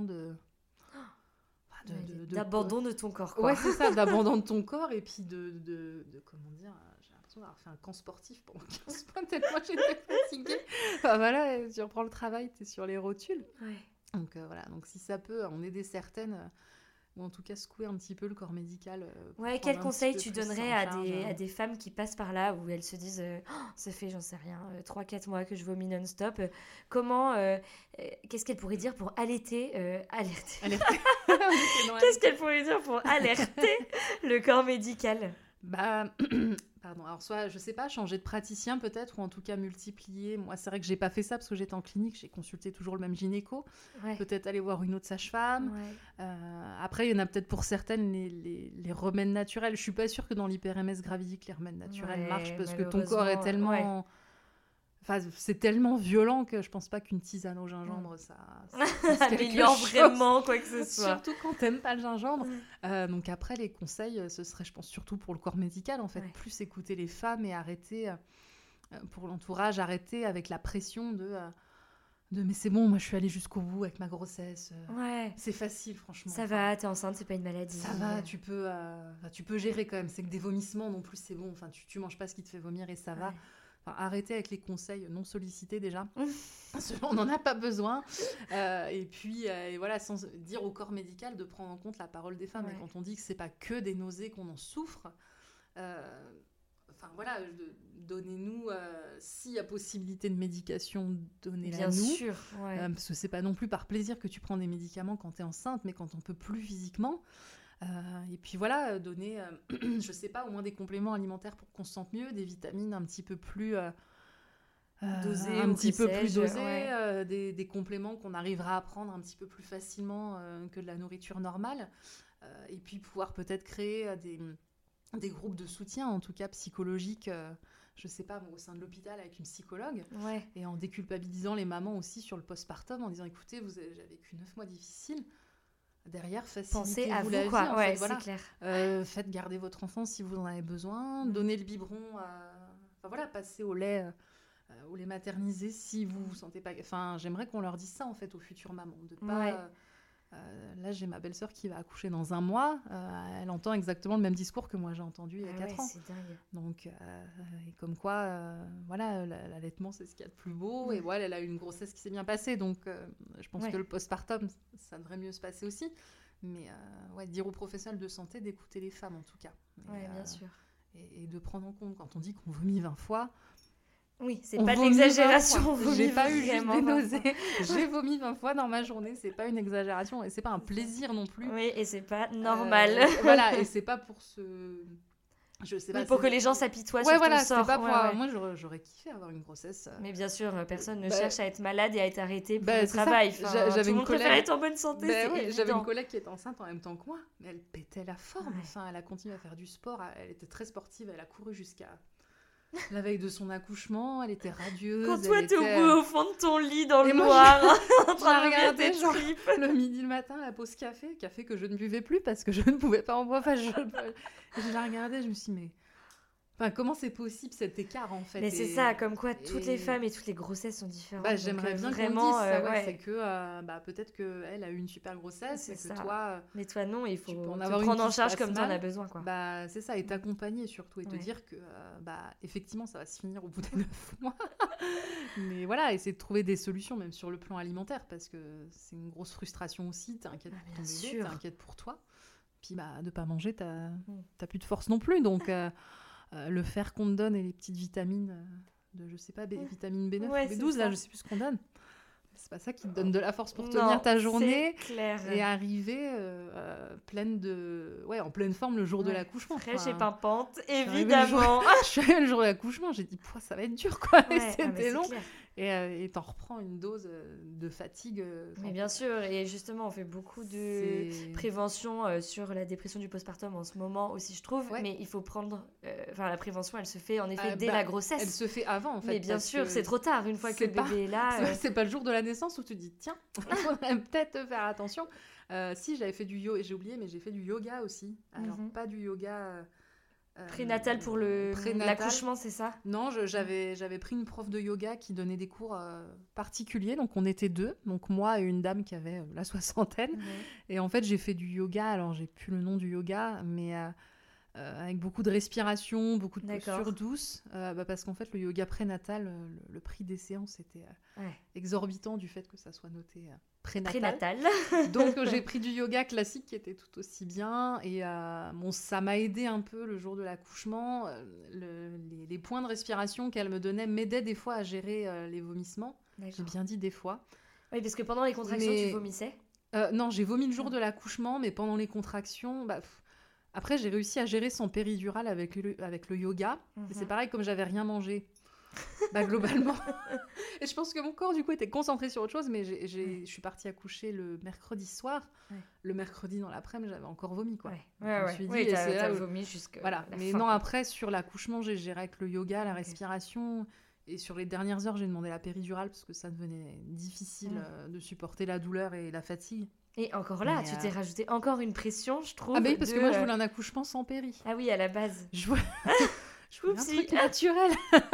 [SPEAKER 4] d'abandon de ton corps, quoi.
[SPEAKER 5] Ouais, c'est ça, d'abandon de ton corps et puis de comment dire, j'ai l'impression d'avoir fait un camp sportif pendant 15 mois tellement j'étais fatiguée. Enfin voilà, tu reprends le travail, t'es sur les rotules. Donc voilà, donc si ça peut en aider certaines, ou en tout cas secouer un petit peu le corps médical.
[SPEAKER 4] Quel conseil tu donnerais à des femmes qui passent par là, où elles se disent ça fait, j'en sais rien, 3-4 mois que je vomis non-stop. Comment, qu'est-ce qu'elles pourraient dire pour alerter Qu'est-ce qu'elles pourraient dire pour alerter le corps médical?
[SPEAKER 5] Pardon, alors soit, je sais pas, changer de praticien peut-être, ou en tout cas multiplier. Moi, c'est vrai que j'ai pas fait ça parce que j'étais en clinique, j'ai consulté toujours le même gynéco. Peut-être aller voir une autre sage-femme. Après, il y en a peut-être pour certaines les remèdes naturels. Je suis pas sûre que dans l'hyper-MS gravidique, les remèdes naturels marchent parce que ton corps est tellement... Enfin, c'est tellement violent que je pense pas qu'une tisane au gingembre, ça
[SPEAKER 4] améliore vraiment quoi que ce soit.
[SPEAKER 5] Surtout quand t'aimes pas le gingembre. Donc après, les conseils, ce serait, je pense, surtout pour le corps médical, en fait, plus écouter les femmes et arrêter, pour l'entourage, arrêter avec la pression de mais c'est bon, moi je suis allée jusqu'au bout avec ma grossesse. C'est facile, franchement.
[SPEAKER 4] Ça va, t'es enceinte, c'est pas une maladie.
[SPEAKER 5] Ça va, tu peux gérer quand même. C'est que des vomissements non plus, c'est bon. Enfin, tu manges pas ce qui te fait vomir et ça va. Enfin, arrêtez avec les conseils non sollicités déjà. On n'en a pas besoin. Et puis, voilà, sans dire au corps médical de prendre en compte la parole des femmes. Et quand on dit que c'est pas que des nausées qu'on en souffre, enfin voilà, donnez-nous, s'il y a possibilité de médication, donnez-la nous. Bien
[SPEAKER 4] sûr.
[SPEAKER 5] Parce que c'est pas non plus par plaisir que tu prends des médicaments quand t'es enceinte, mais quand on peut plus physiquement. Et puis voilà, donner, je sais pas, au moins des compléments alimentaires pour qu'on se sente mieux, des vitamines un petit peu plus dosées, des compléments qu'on arrivera à prendre un petit peu plus facilement que de la nourriture normale. Et puis pouvoir peut-être créer des groupes de soutien, en tout cas psychologiques, je sais pas, au sein de l'hôpital avec une psychologue, et en déculpabilisant les mamans aussi sur le postpartum, en disant écoutez, j'avais vécu 9 mois difficiles. Derrière,
[SPEAKER 4] pensez à vous,
[SPEAKER 5] la vie,
[SPEAKER 4] quoi.
[SPEAKER 5] En fait,
[SPEAKER 4] c'est clair.
[SPEAKER 5] Faites garder votre enfant si vous en avez besoin. Donnez le biberon. Enfin voilà, passez au lait maternisé si vous vous sentez pas. Enfin, j'aimerais qu'on leur dise ça en fait aux futures mamans, de pas. Là, j'ai ma belle-sœur qui va accoucher dans 1 mois. Elle entend exactement le même discours que moi j'ai entendu il y a 4 ans.
[SPEAKER 4] C'est dingue.
[SPEAKER 5] Donc, et comme quoi, voilà, l'allaitement, c'est ce qu'il y a de plus beau. Et voilà, elle a eu une grossesse qui s'est bien passée. Donc, je pense que le postpartum, ça devrait mieux se passer aussi. Mais dire aux professionnels de santé d'écouter les femmes, en tout cas.
[SPEAKER 4] Bien sûr.
[SPEAKER 5] Et de prendre en compte, quand on dit qu'on vomit 20 fois...
[SPEAKER 4] Oui, c'est pas de l'exagération.
[SPEAKER 5] J'ai pas eu juste des nausées. J'ai vomi 20 fois dans ma journée. C'est pas une exagération et c'est pas un plaisir non plus.
[SPEAKER 4] Oui, et c'est pas normal.
[SPEAKER 5] Voilà, et c'est pas pour ce... Je sais pas.
[SPEAKER 4] Pour que les gens s'apitoient sur ton sort.
[SPEAKER 5] Pas pour... Moi, j'aurais kiffé avoir une grossesse.
[SPEAKER 4] Mais bien sûr, personne ne cherche à être malade et à être arrêté pour le travail. Enfin,
[SPEAKER 5] j'avais une collègue...
[SPEAKER 4] être en bonne santé,
[SPEAKER 5] j'avais une collègue qui était enceinte en même temps que moi, mais elle pétait la forme. Enfin, elle a continué à faire du sport. Elle était très sportive. Elle a couru jusqu'à... La veille de son accouchement, elle était radieuse.
[SPEAKER 4] Quand toi, t'es au fond de ton lit dans le noir, en train de regarder tes tripes.
[SPEAKER 5] Le midi, le matin, la pause café que je ne buvais plus parce que je ne pouvais pas en boire. Enfin, je la regardais, je me suis dit, mais... Enfin, comment c'est possible cet écart en fait?
[SPEAKER 4] Mais c'est ça, comme quoi toutes les femmes et toutes les grossesses sont différentes.
[SPEAKER 5] J'aimerais bien vraiment, qu'on dise ça, c'est que peut-être qu'elle a eu une super grossesse et que toi...
[SPEAKER 4] Mais toi non, il faut te prendre en charge comme tu en as besoin, quoi.
[SPEAKER 5] C'est ça, et t'accompagner surtout et te dire que effectivement ça va se finir au bout des 9 mois. Mais voilà, essayer de trouver des solutions même sur le plan alimentaire parce que c'est une grosse frustration aussi, t'es inquiète pour ton bébé, t'es inquiète pour toi. Puis de pas manger, t'as plus de force non plus, donc... le fer qu'on te donne et les petites vitamines de, je sais pas, vitamine B9 ou B12, là, je sais plus ce qu'on donne. C'est pas ça qui te donne de la force pour tenir ta journée et arriver pleine de... en pleine forme le jour de l'accouchement.
[SPEAKER 4] Fraîche et pimpante, évidemment.
[SPEAKER 5] Je suis arrivée le jour de l'accouchement, j'ai dit, ça va être dur, quoi. C'était long. Et t'en reprends une dose de fatigue.
[SPEAKER 4] Mais bien sûr, et justement, on fait beaucoup de prévention sur la dépression du postpartum en ce moment aussi, je trouve. Mais il faut prendre la prévention, elle se fait en effet dès la grossesse.
[SPEAKER 5] Elle se fait avant, en fait.
[SPEAKER 4] Mais bien sûr, c'est trop tard. Une fois que le bébé est là...
[SPEAKER 5] C'est pas le jour de la naissance où tu te dis, tiens, il faudrait peut-être faire attention. Si, j'avais fait du yoga, j'ai oublié, mais j'ai fait du yoga aussi. Alors, pas du yoga...
[SPEAKER 4] prénatal pour l'accouchement, c'est ça?
[SPEAKER 5] Non, j'avais pris une prof de yoga qui donnait des cours particuliers, donc on était 2, donc moi et une dame qui avait la soixantaine, et en fait j'ai fait du yoga, alors j'ai plus le nom du yoga, mais avec beaucoup de respiration, beaucoup de postures douces, parce qu'en fait le yoga prénatal, le prix des séances était exorbitant du fait que ça soit noté prénatal. Donc j'ai pris du yoga classique qui était tout aussi bien, et ça m'a aidé un peu le jour de l'accouchement. Les points de respiration qu'elle me donnait m'aidaient des fois à gérer les vomissements. J'ai bien dit des fois.
[SPEAKER 4] Oui, parce que pendant les contractions, tu vomissais?
[SPEAKER 5] Non, j'ai vomi le jour de l'accouchement, mais pendant les contractions... Après, j'ai réussi à gérer son péridurale avec le yoga. C'est pareil, comme j'avais rien mangé, globalement. Et je pense que mon corps, du coup, était concentré sur autre chose, mais je suis partie accoucher le mercredi soir. Le mercredi, dans l'après-midi, j'avais encore vomi, quoi. Je me suis dit,
[SPEAKER 4] t'as vomi jusqu'à
[SPEAKER 5] voilà.
[SPEAKER 4] la
[SPEAKER 5] Mais
[SPEAKER 4] fin,
[SPEAKER 5] non,
[SPEAKER 4] quoi.
[SPEAKER 5] après, sur l'accouchement, j'ai géré avec le yoga, la respiration... Et sur les dernières heures, j'ai demandé la péridurale parce que ça devenait difficile de supporter la douleur et la fatigue.
[SPEAKER 4] Et encore là, tu t'es rajouté encore une pression, je trouve.
[SPEAKER 5] Ah bah oui, parce que moi, je voulais un accouchement sans péri.
[SPEAKER 4] Ah oui, à la base.
[SPEAKER 5] Je voulais un truc naturel.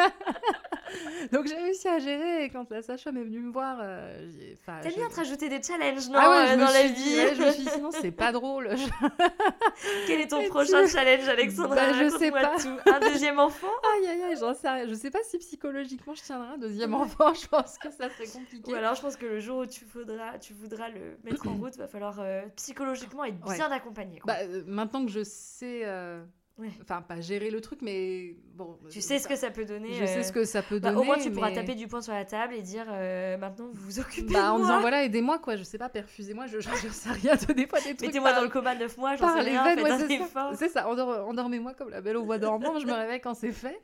[SPEAKER 5] Donc j'ai réussi à gérer, et quand la sage-femme est venue me voir...
[SPEAKER 4] T'aimes bien te rajouter des challenges, non, dans la vie?
[SPEAKER 5] Je me suis dit, sinon c'est pas drôle.
[SPEAKER 4] Quel est ton prochain challenge, Alexandra?
[SPEAKER 5] Je sais pas.
[SPEAKER 4] Tout. Un deuxième enfant?
[SPEAKER 5] Aïe, j'en sais rien. Je sais pas si psychologiquement je tiendrai un deuxième enfant, je pense que ça serait compliqué.
[SPEAKER 4] Ou alors je pense que le jour où tu voudras le mettre en route, va falloir psychologiquement être bien accompagné.
[SPEAKER 5] Maintenant que je sais... Enfin, pas gérer le truc, mais bon...
[SPEAKER 4] Tu sais ce que ça peut donner.
[SPEAKER 5] Je sais ce que ça peut donner,
[SPEAKER 4] au moins, tu pourras taper du poing sur la table et dire maintenant, vous vous occupez de moi.
[SPEAKER 5] En disant, voilà, aidez-moi, quoi. Je sais pas, perfusez-moi, je sais rien. Des fois, des trucs...
[SPEAKER 4] Mettez-moi dans le coma 9 mois, j'en sais rien, faites un effort.
[SPEAKER 5] C'est ça, endormez-moi comme la belle au bois dormant, je me réveille quand c'est fait.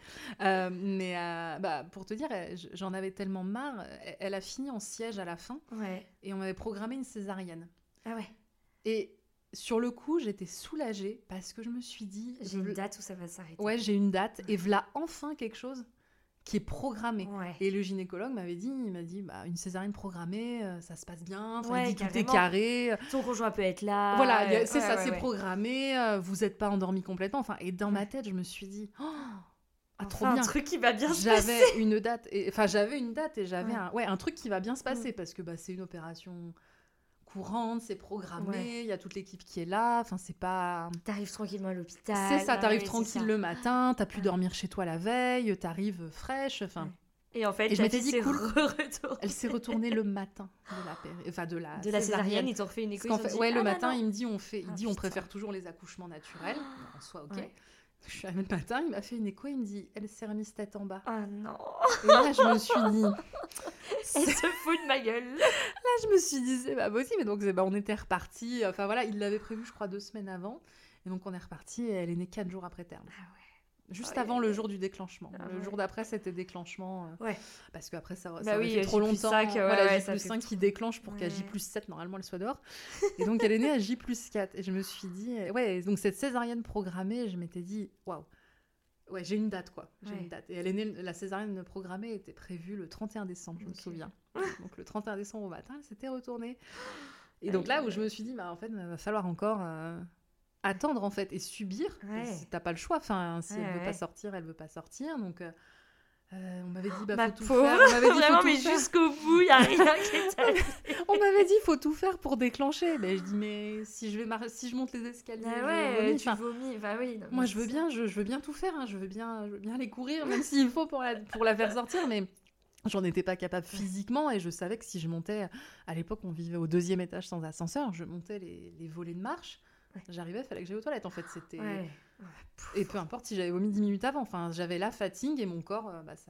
[SPEAKER 5] Pour te dire, j'en avais tellement marre. Elle a fini en siège à la fin. Et on m'avait programmé une césarienne.
[SPEAKER 4] Ah ouais.
[SPEAKER 5] Et... Sur le coup, j'étais soulagée parce que je me suis dit...
[SPEAKER 4] J'ai une date où ça va s'arrêter.
[SPEAKER 5] Ouais, j'ai une date. Et voilà enfin quelque chose qui est programmé. Et le gynécologue m'a dit, une césarienne programmée, ça se passe bien, tout est carré.
[SPEAKER 4] Ton conjoint peut être là.
[SPEAKER 5] Voilà, c'est programmé, vous n'êtes pas endormi complètement. Enfin, et dans ma tête, je me suis dit... trop bien.
[SPEAKER 4] Un truc qui va bien se passer.
[SPEAKER 5] J'avais une date et j'avais un truc qui va bien se passer parce que c'est une opération... courante, c'est programmé, il y a toute l'équipe qui est là, enfin c'est pas...
[SPEAKER 4] T'arrives tranquillement à l'hôpital.
[SPEAKER 5] C'est ça, t'arrives tranquille le matin, t'as pu dormir chez toi la veille, t'arrives fraîche, enfin...
[SPEAKER 4] Et en fait,
[SPEAKER 5] je m'étais dit, cool,
[SPEAKER 4] elle
[SPEAKER 5] s'est retournée le matin de la
[SPEAKER 4] césarienne, ils t'ont refait une écho,
[SPEAKER 5] le matin, il me dit, on préfère toujours les accouchements naturels, en soi, ok. Je suis arrivée le matin, il m'a fait une écho, il me dit, elle s'est remise tête en bas.
[SPEAKER 4] Ah non.
[SPEAKER 5] Et là, je me suis dit...
[SPEAKER 4] Elle se fout de ma gueule.
[SPEAKER 5] Là, je me suis dit, c'est pas possible. Et donc, on était repartis. Enfin, voilà, il l'avait prévu, je crois, 2 semaines avant. Et donc, on est repartis et elle est née 4 jours après terme.
[SPEAKER 4] Ah ouais.
[SPEAKER 5] Juste avant le jour du déclenchement. Le jour d'après, c'était déclenchement. Parce qu'après, ça fait trop longtemps. J+5 qui déclenche pour qu'à J+7, normalement, elle soit dehors. Et donc, elle est née à J+4. Et je me suis dit... donc cette césarienne programmée, je m'étais dit, waouh. Ouais, j'ai une date, quoi. Une date. Et elle est née, la césarienne programmée était prévue le 31 décembre, je me souviens. Donc, le 31 décembre au matin, elle s'était retournée. Et donc là, où je me suis dit, en fait, il va falloir encore... attendre en fait et subir si t'as pas le choix, enfin si elle veut pas sortir, elle veut pas sortir, donc on m'avait dit faut tout faire, on m'avait dit
[SPEAKER 4] vraiment mais jusqu'au bout il y a rien qui est arrivé.
[SPEAKER 5] On m'avait dit faut tout faire pour déclencher, mais je dis mais si je monte les escaliers
[SPEAKER 4] tu vomis, non,
[SPEAKER 5] moi je veux bien tout faire, je veux bien aller courir même s'il faut pour la faire sortir, mais j'en étais pas capable physiquement et je savais que si je montais, à l'époque on vivait au 2e étage sans ascenseur, je montais les volets de marche. J'arrivais, il fallait que j'aille aux toilettes en fait, c'était... Et peu importe si j'avais vomi 10 minutes avant, enfin j'avais la fatigue et mon corps,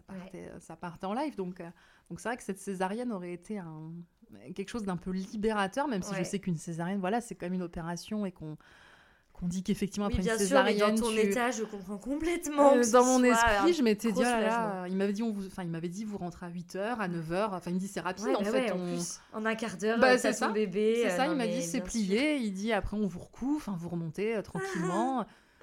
[SPEAKER 5] ça partait en live, donc c'est vrai que cette césarienne aurait été quelque chose d'un peu libérateur, même si je sais qu'une césarienne, voilà, c'est quand même une opération et qu'on dit qu'effectivement après une césarienne...
[SPEAKER 4] Bien sûr, mais dans ton état, je comprends complètement.
[SPEAKER 5] Dans mon esprit, je m'étais dit, il m'avait dit, vous rentrez à 8h, à 9h, enfin il me dit, c'est rapide en fait.
[SPEAKER 4] En un quart d'heure,
[SPEAKER 5] c'est
[SPEAKER 4] ton bébé.
[SPEAKER 5] C'est ça, il m'a dit, c'est plié, il dit, après on vous recouvre, vous remontez tranquillement.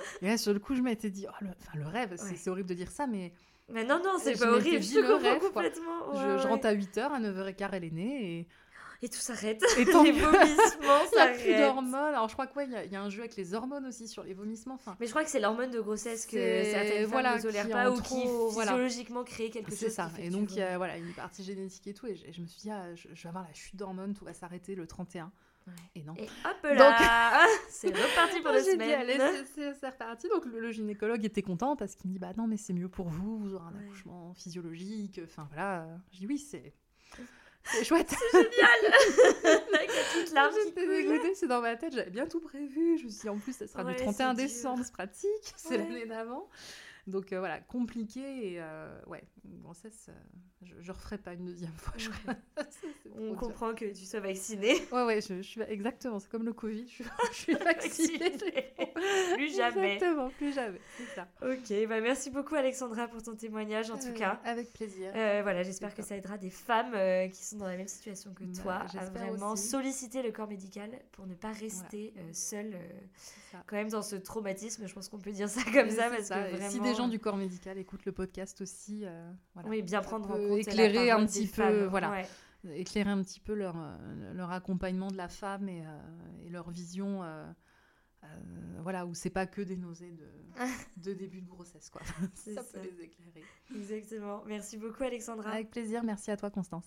[SPEAKER 5] Et là, sur le coup, je m'étais dit, le rêve, c'est horrible de dire ça, mais
[SPEAKER 4] non, c'est
[SPEAKER 5] je
[SPEAKER 4] pas horrible,
[SPEAKER 5] m'étais
[SPEAKER 4] je
[SPEAKER 5] dit,
[SPEAKER 4] te
[SPEAKER 5] le
[SPEAKER 4] comprends
[SPEAKER 5] rêve, quoi.
[SPEAKER 4] complètement.
[SPEAKER 5] Je rentre à 8h, à 9h15, elle est née,
[SPEAKER 4] et tout s'arrête.
[SPEAKER 5] et tant
[SPEAKER 4] Les
[SPEAKER 5] mieux.
[SPEAKER 4] vomissements
[SPEAKER 5] Il n'y a plus
[SPEAKER 4] s'arrêtent.
[SPEAKER 5] d'hormones. Alors, je crois qu'il y a un jeu avec les hormones aussi sur les vomissements. Enfin,
[SPEAKER 4] Mais je crois que c'est l'hormone de grossesse que
[SPEAKER 5] C'est-
[SPEAKER 4] certaines femmes ne tolèrent
[SPEAKER 5] qui
[SPEAKER 4] pas
[SPEAKER 5] en
[SPEAKER 4] ou qui
[SPEAKER 5] trop, voilà.
[SPEAKER 4] physiologiquement crée quelque chose.
[SPEAKER 5] c'est ça.
[SPEAKER 4] qui fait
[SPEAKER 5] Et
[SPEAKER 4] que
[SPEAKER 5] donc,
[SPEAKER 4] tu
[SPEAKER 5] il y a
[SPEAKER 4] vomis.
[SPEAKER 5] une partie génétique et tout. Et je me suis dit, je vais avoir la chute d'hormones, tout va s'arrêter le 31.
[SPEAKER 4] Ouais.
[SPEAKER 5] Et non.
[SPEAKER 4] Et hop là, c'est reparti pour 2
[SPEAKER 5] J'ai dit,
[SPEAKER 4] semaines.
[SPEAKER 5] allez, c'est reparti. Donc, le gynécologue était content parce qu'il me dit, bah non, mais c'est mieux pour vous, vous aurez un
[SPEAKER 4] Ouais.
[SPEAKER 5] accouchement physiologique. Enfin, voilà. Je dis, oui, c'est chouette.
[SPEAKER 4] Avec la petite larme qui
[SPEAKER 5] J'étais
[SPEAKER 4] coule.
[SPEAKER 5] dégoûtée, c'est dans ma tête, j'avais bien tout prévu. Je me suis dit, en plus, ça sera
[SPEAKER 4] Ouais,
[SPEAKER 5] du 31
[SPEAKER 4] c'est dur.
[SPEAKER 5] décembre, c'est pratique, c'est
[SPEAKER 4] Ouais.
[SPEAKER 5] l'année d'avant. Donc voilà, compliqué. Et une grossesse, je referai pas une deuxième fois. Je crois. C'est trop
[SPEAKER 4] On
[SPEAKER 5] dur.
[SPEAKER 4] comprend que tu sois vaccinée.
[SPEAKER 5] Ouais, je suis exactement, c'est comme le Covid, je suis vaccinée.
[SPEAKER 4] Plus jamais.
[SPEAKER 5] Exactement, plus jamais, c'est ça.
[SPEAKER 4] Ok, bah merci beaucoup Alexandra pour ton témoignage en tout cas.
[SPEAKER 5] Avec plaisir.
[SPEAKER 4] Voilà, j'espère que
[SPEAKER 5] C'est
[SPEAKER 4] ça aidera des femmes qui sont dans la même situation que
[SPEAKER 5] Bah,
[SPEAKER 4] toi à
[SPEAKER 5] j'espère
[SPEAKER 4] vraiment
[SPEAKER 5] aussi.
[SPEAKER 4] solliciter le corps médical pour ne pas rester seule
[SPEAKER 5] C'est ça.
[SPEAKER 4] quand même dans ce traumatisme. Je pense qu'on peut dire ça comme ça
[SPEAKER 5] C'est
[SPEAKER 4] parce
[SPEAKER 5] ça.
[SPEAKER 4] que
[SPEAKER 5] Et
[SPEAKER 4] vraiment.
[SPEAKER 5] si des gens du corps médical écoutent le podcast aussi, voilà.
[SPEAKER 4] Oui, bien
[SPEAKER 5] Ça
[SPEAKER 4] prendre en
[SPEAKER 5] peut
[SPEAKER 4] compte
[SPEAKER 5] éclairer
[SPEAKER 4] la
[SPEAKER 5] un
[SPEAKER 4] parole
[SPEAKER 5] petit
[SPEAKER 4] des
[SPEAKER 5] peu,
[SPEAKER 4] femmes.
[SPEAKER 5] voilà.
[SPEAKER 4] Ouais.
[SPEAKER 5] Éclairer un petit peu leur accompagnement de la femme et leur vision, voilà, où c'est pas que des nausées de début de grossesse, quoi.
[SPEAKER 4] C'est
[SPEAKER 5] Ça
[SPEAKER 4] ça.
[SPEAKER 5] peut les éclairer.
[SPEAKER 4] Exactement. Merci beaucoup Alexandra.
[SPEAKER 5] Avec plaisir, merci à toi Constance.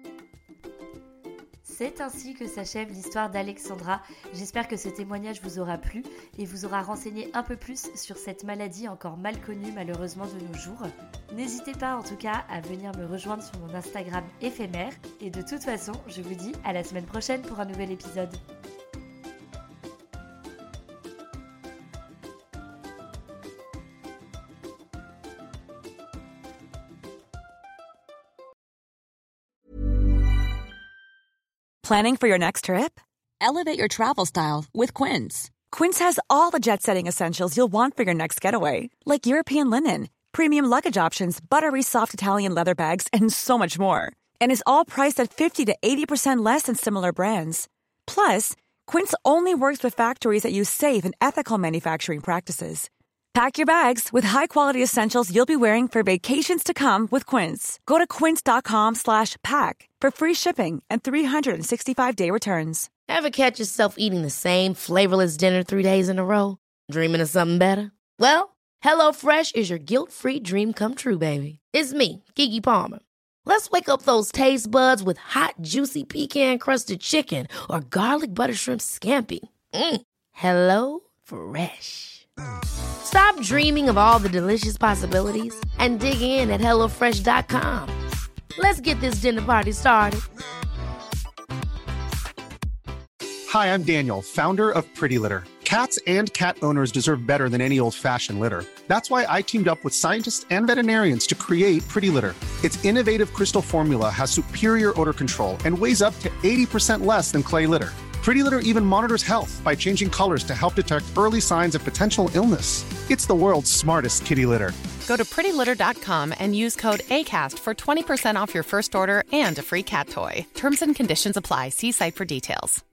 [SPEAKER 4] C'est ainsi que s'achève l'histoire d'Alexandra. J'espère que ce témoignage vous aura plu et vous aura renseigné un peu plus sur cette maladie encore mal connue malheureusement de nos jours. N'hésitez pas en tout cas à venir me rejoindre sur mon Instagram éphémère et de toute façon, je vous dis à la semaine prochaine pour un nouvel épisode.
[SPEAKER 2] Planning for your next trip? Elevate your travel style with Quince. Quince has all the jet-setting essentials you'll want for your next getaway, like European linen, premium luggage options, buttery soft Italian leather bags, and so much more. And is all priced at 50 to 80% less than similar brands. Plus, Quince only works with factories that use safe and ethical manufacturing practices. Pack your bags with high-quality essentials you'll be wearing for vacations to come with Quince. Go to quince.com/pack for free shipping and 365-day returns.
[SPEAKER 1] Ever catch yourself eating the same flavorless dinner 3 days in a row? Dreaming of something better? Well, HelloFresh is your guilt-free dream come true, baby. It's me, Keke Palmer. Let's wake up those taste buds with hot, juicy pecan-crusted chicken or garlic butter shrimp scampi. Hello Fresh. Stop dreaming of all the delicious possibilities and dig in at HelloFresh.com. Let's get this dinner party started.
[SPEAKER 6] Hi, I'm Daniel, founder of Pretty Litter. Cats and cat owners deserve better than any old-fashioned litter. That's why I teamed up with scientists and veterinarians to create Pretty Litter. Its innovative crystal formula has superior odor control and weighs up to 80% less than clay litter. Pretty Litter even monitors health by changing colors to help detect early signs of potential illness. It's the world's smartest kitty litter.
[SPEAKER 7] Go to prettylitter.com and use code ACAST for 20% off your first order and a free cat toy. Terms and conditions apply. See site for details.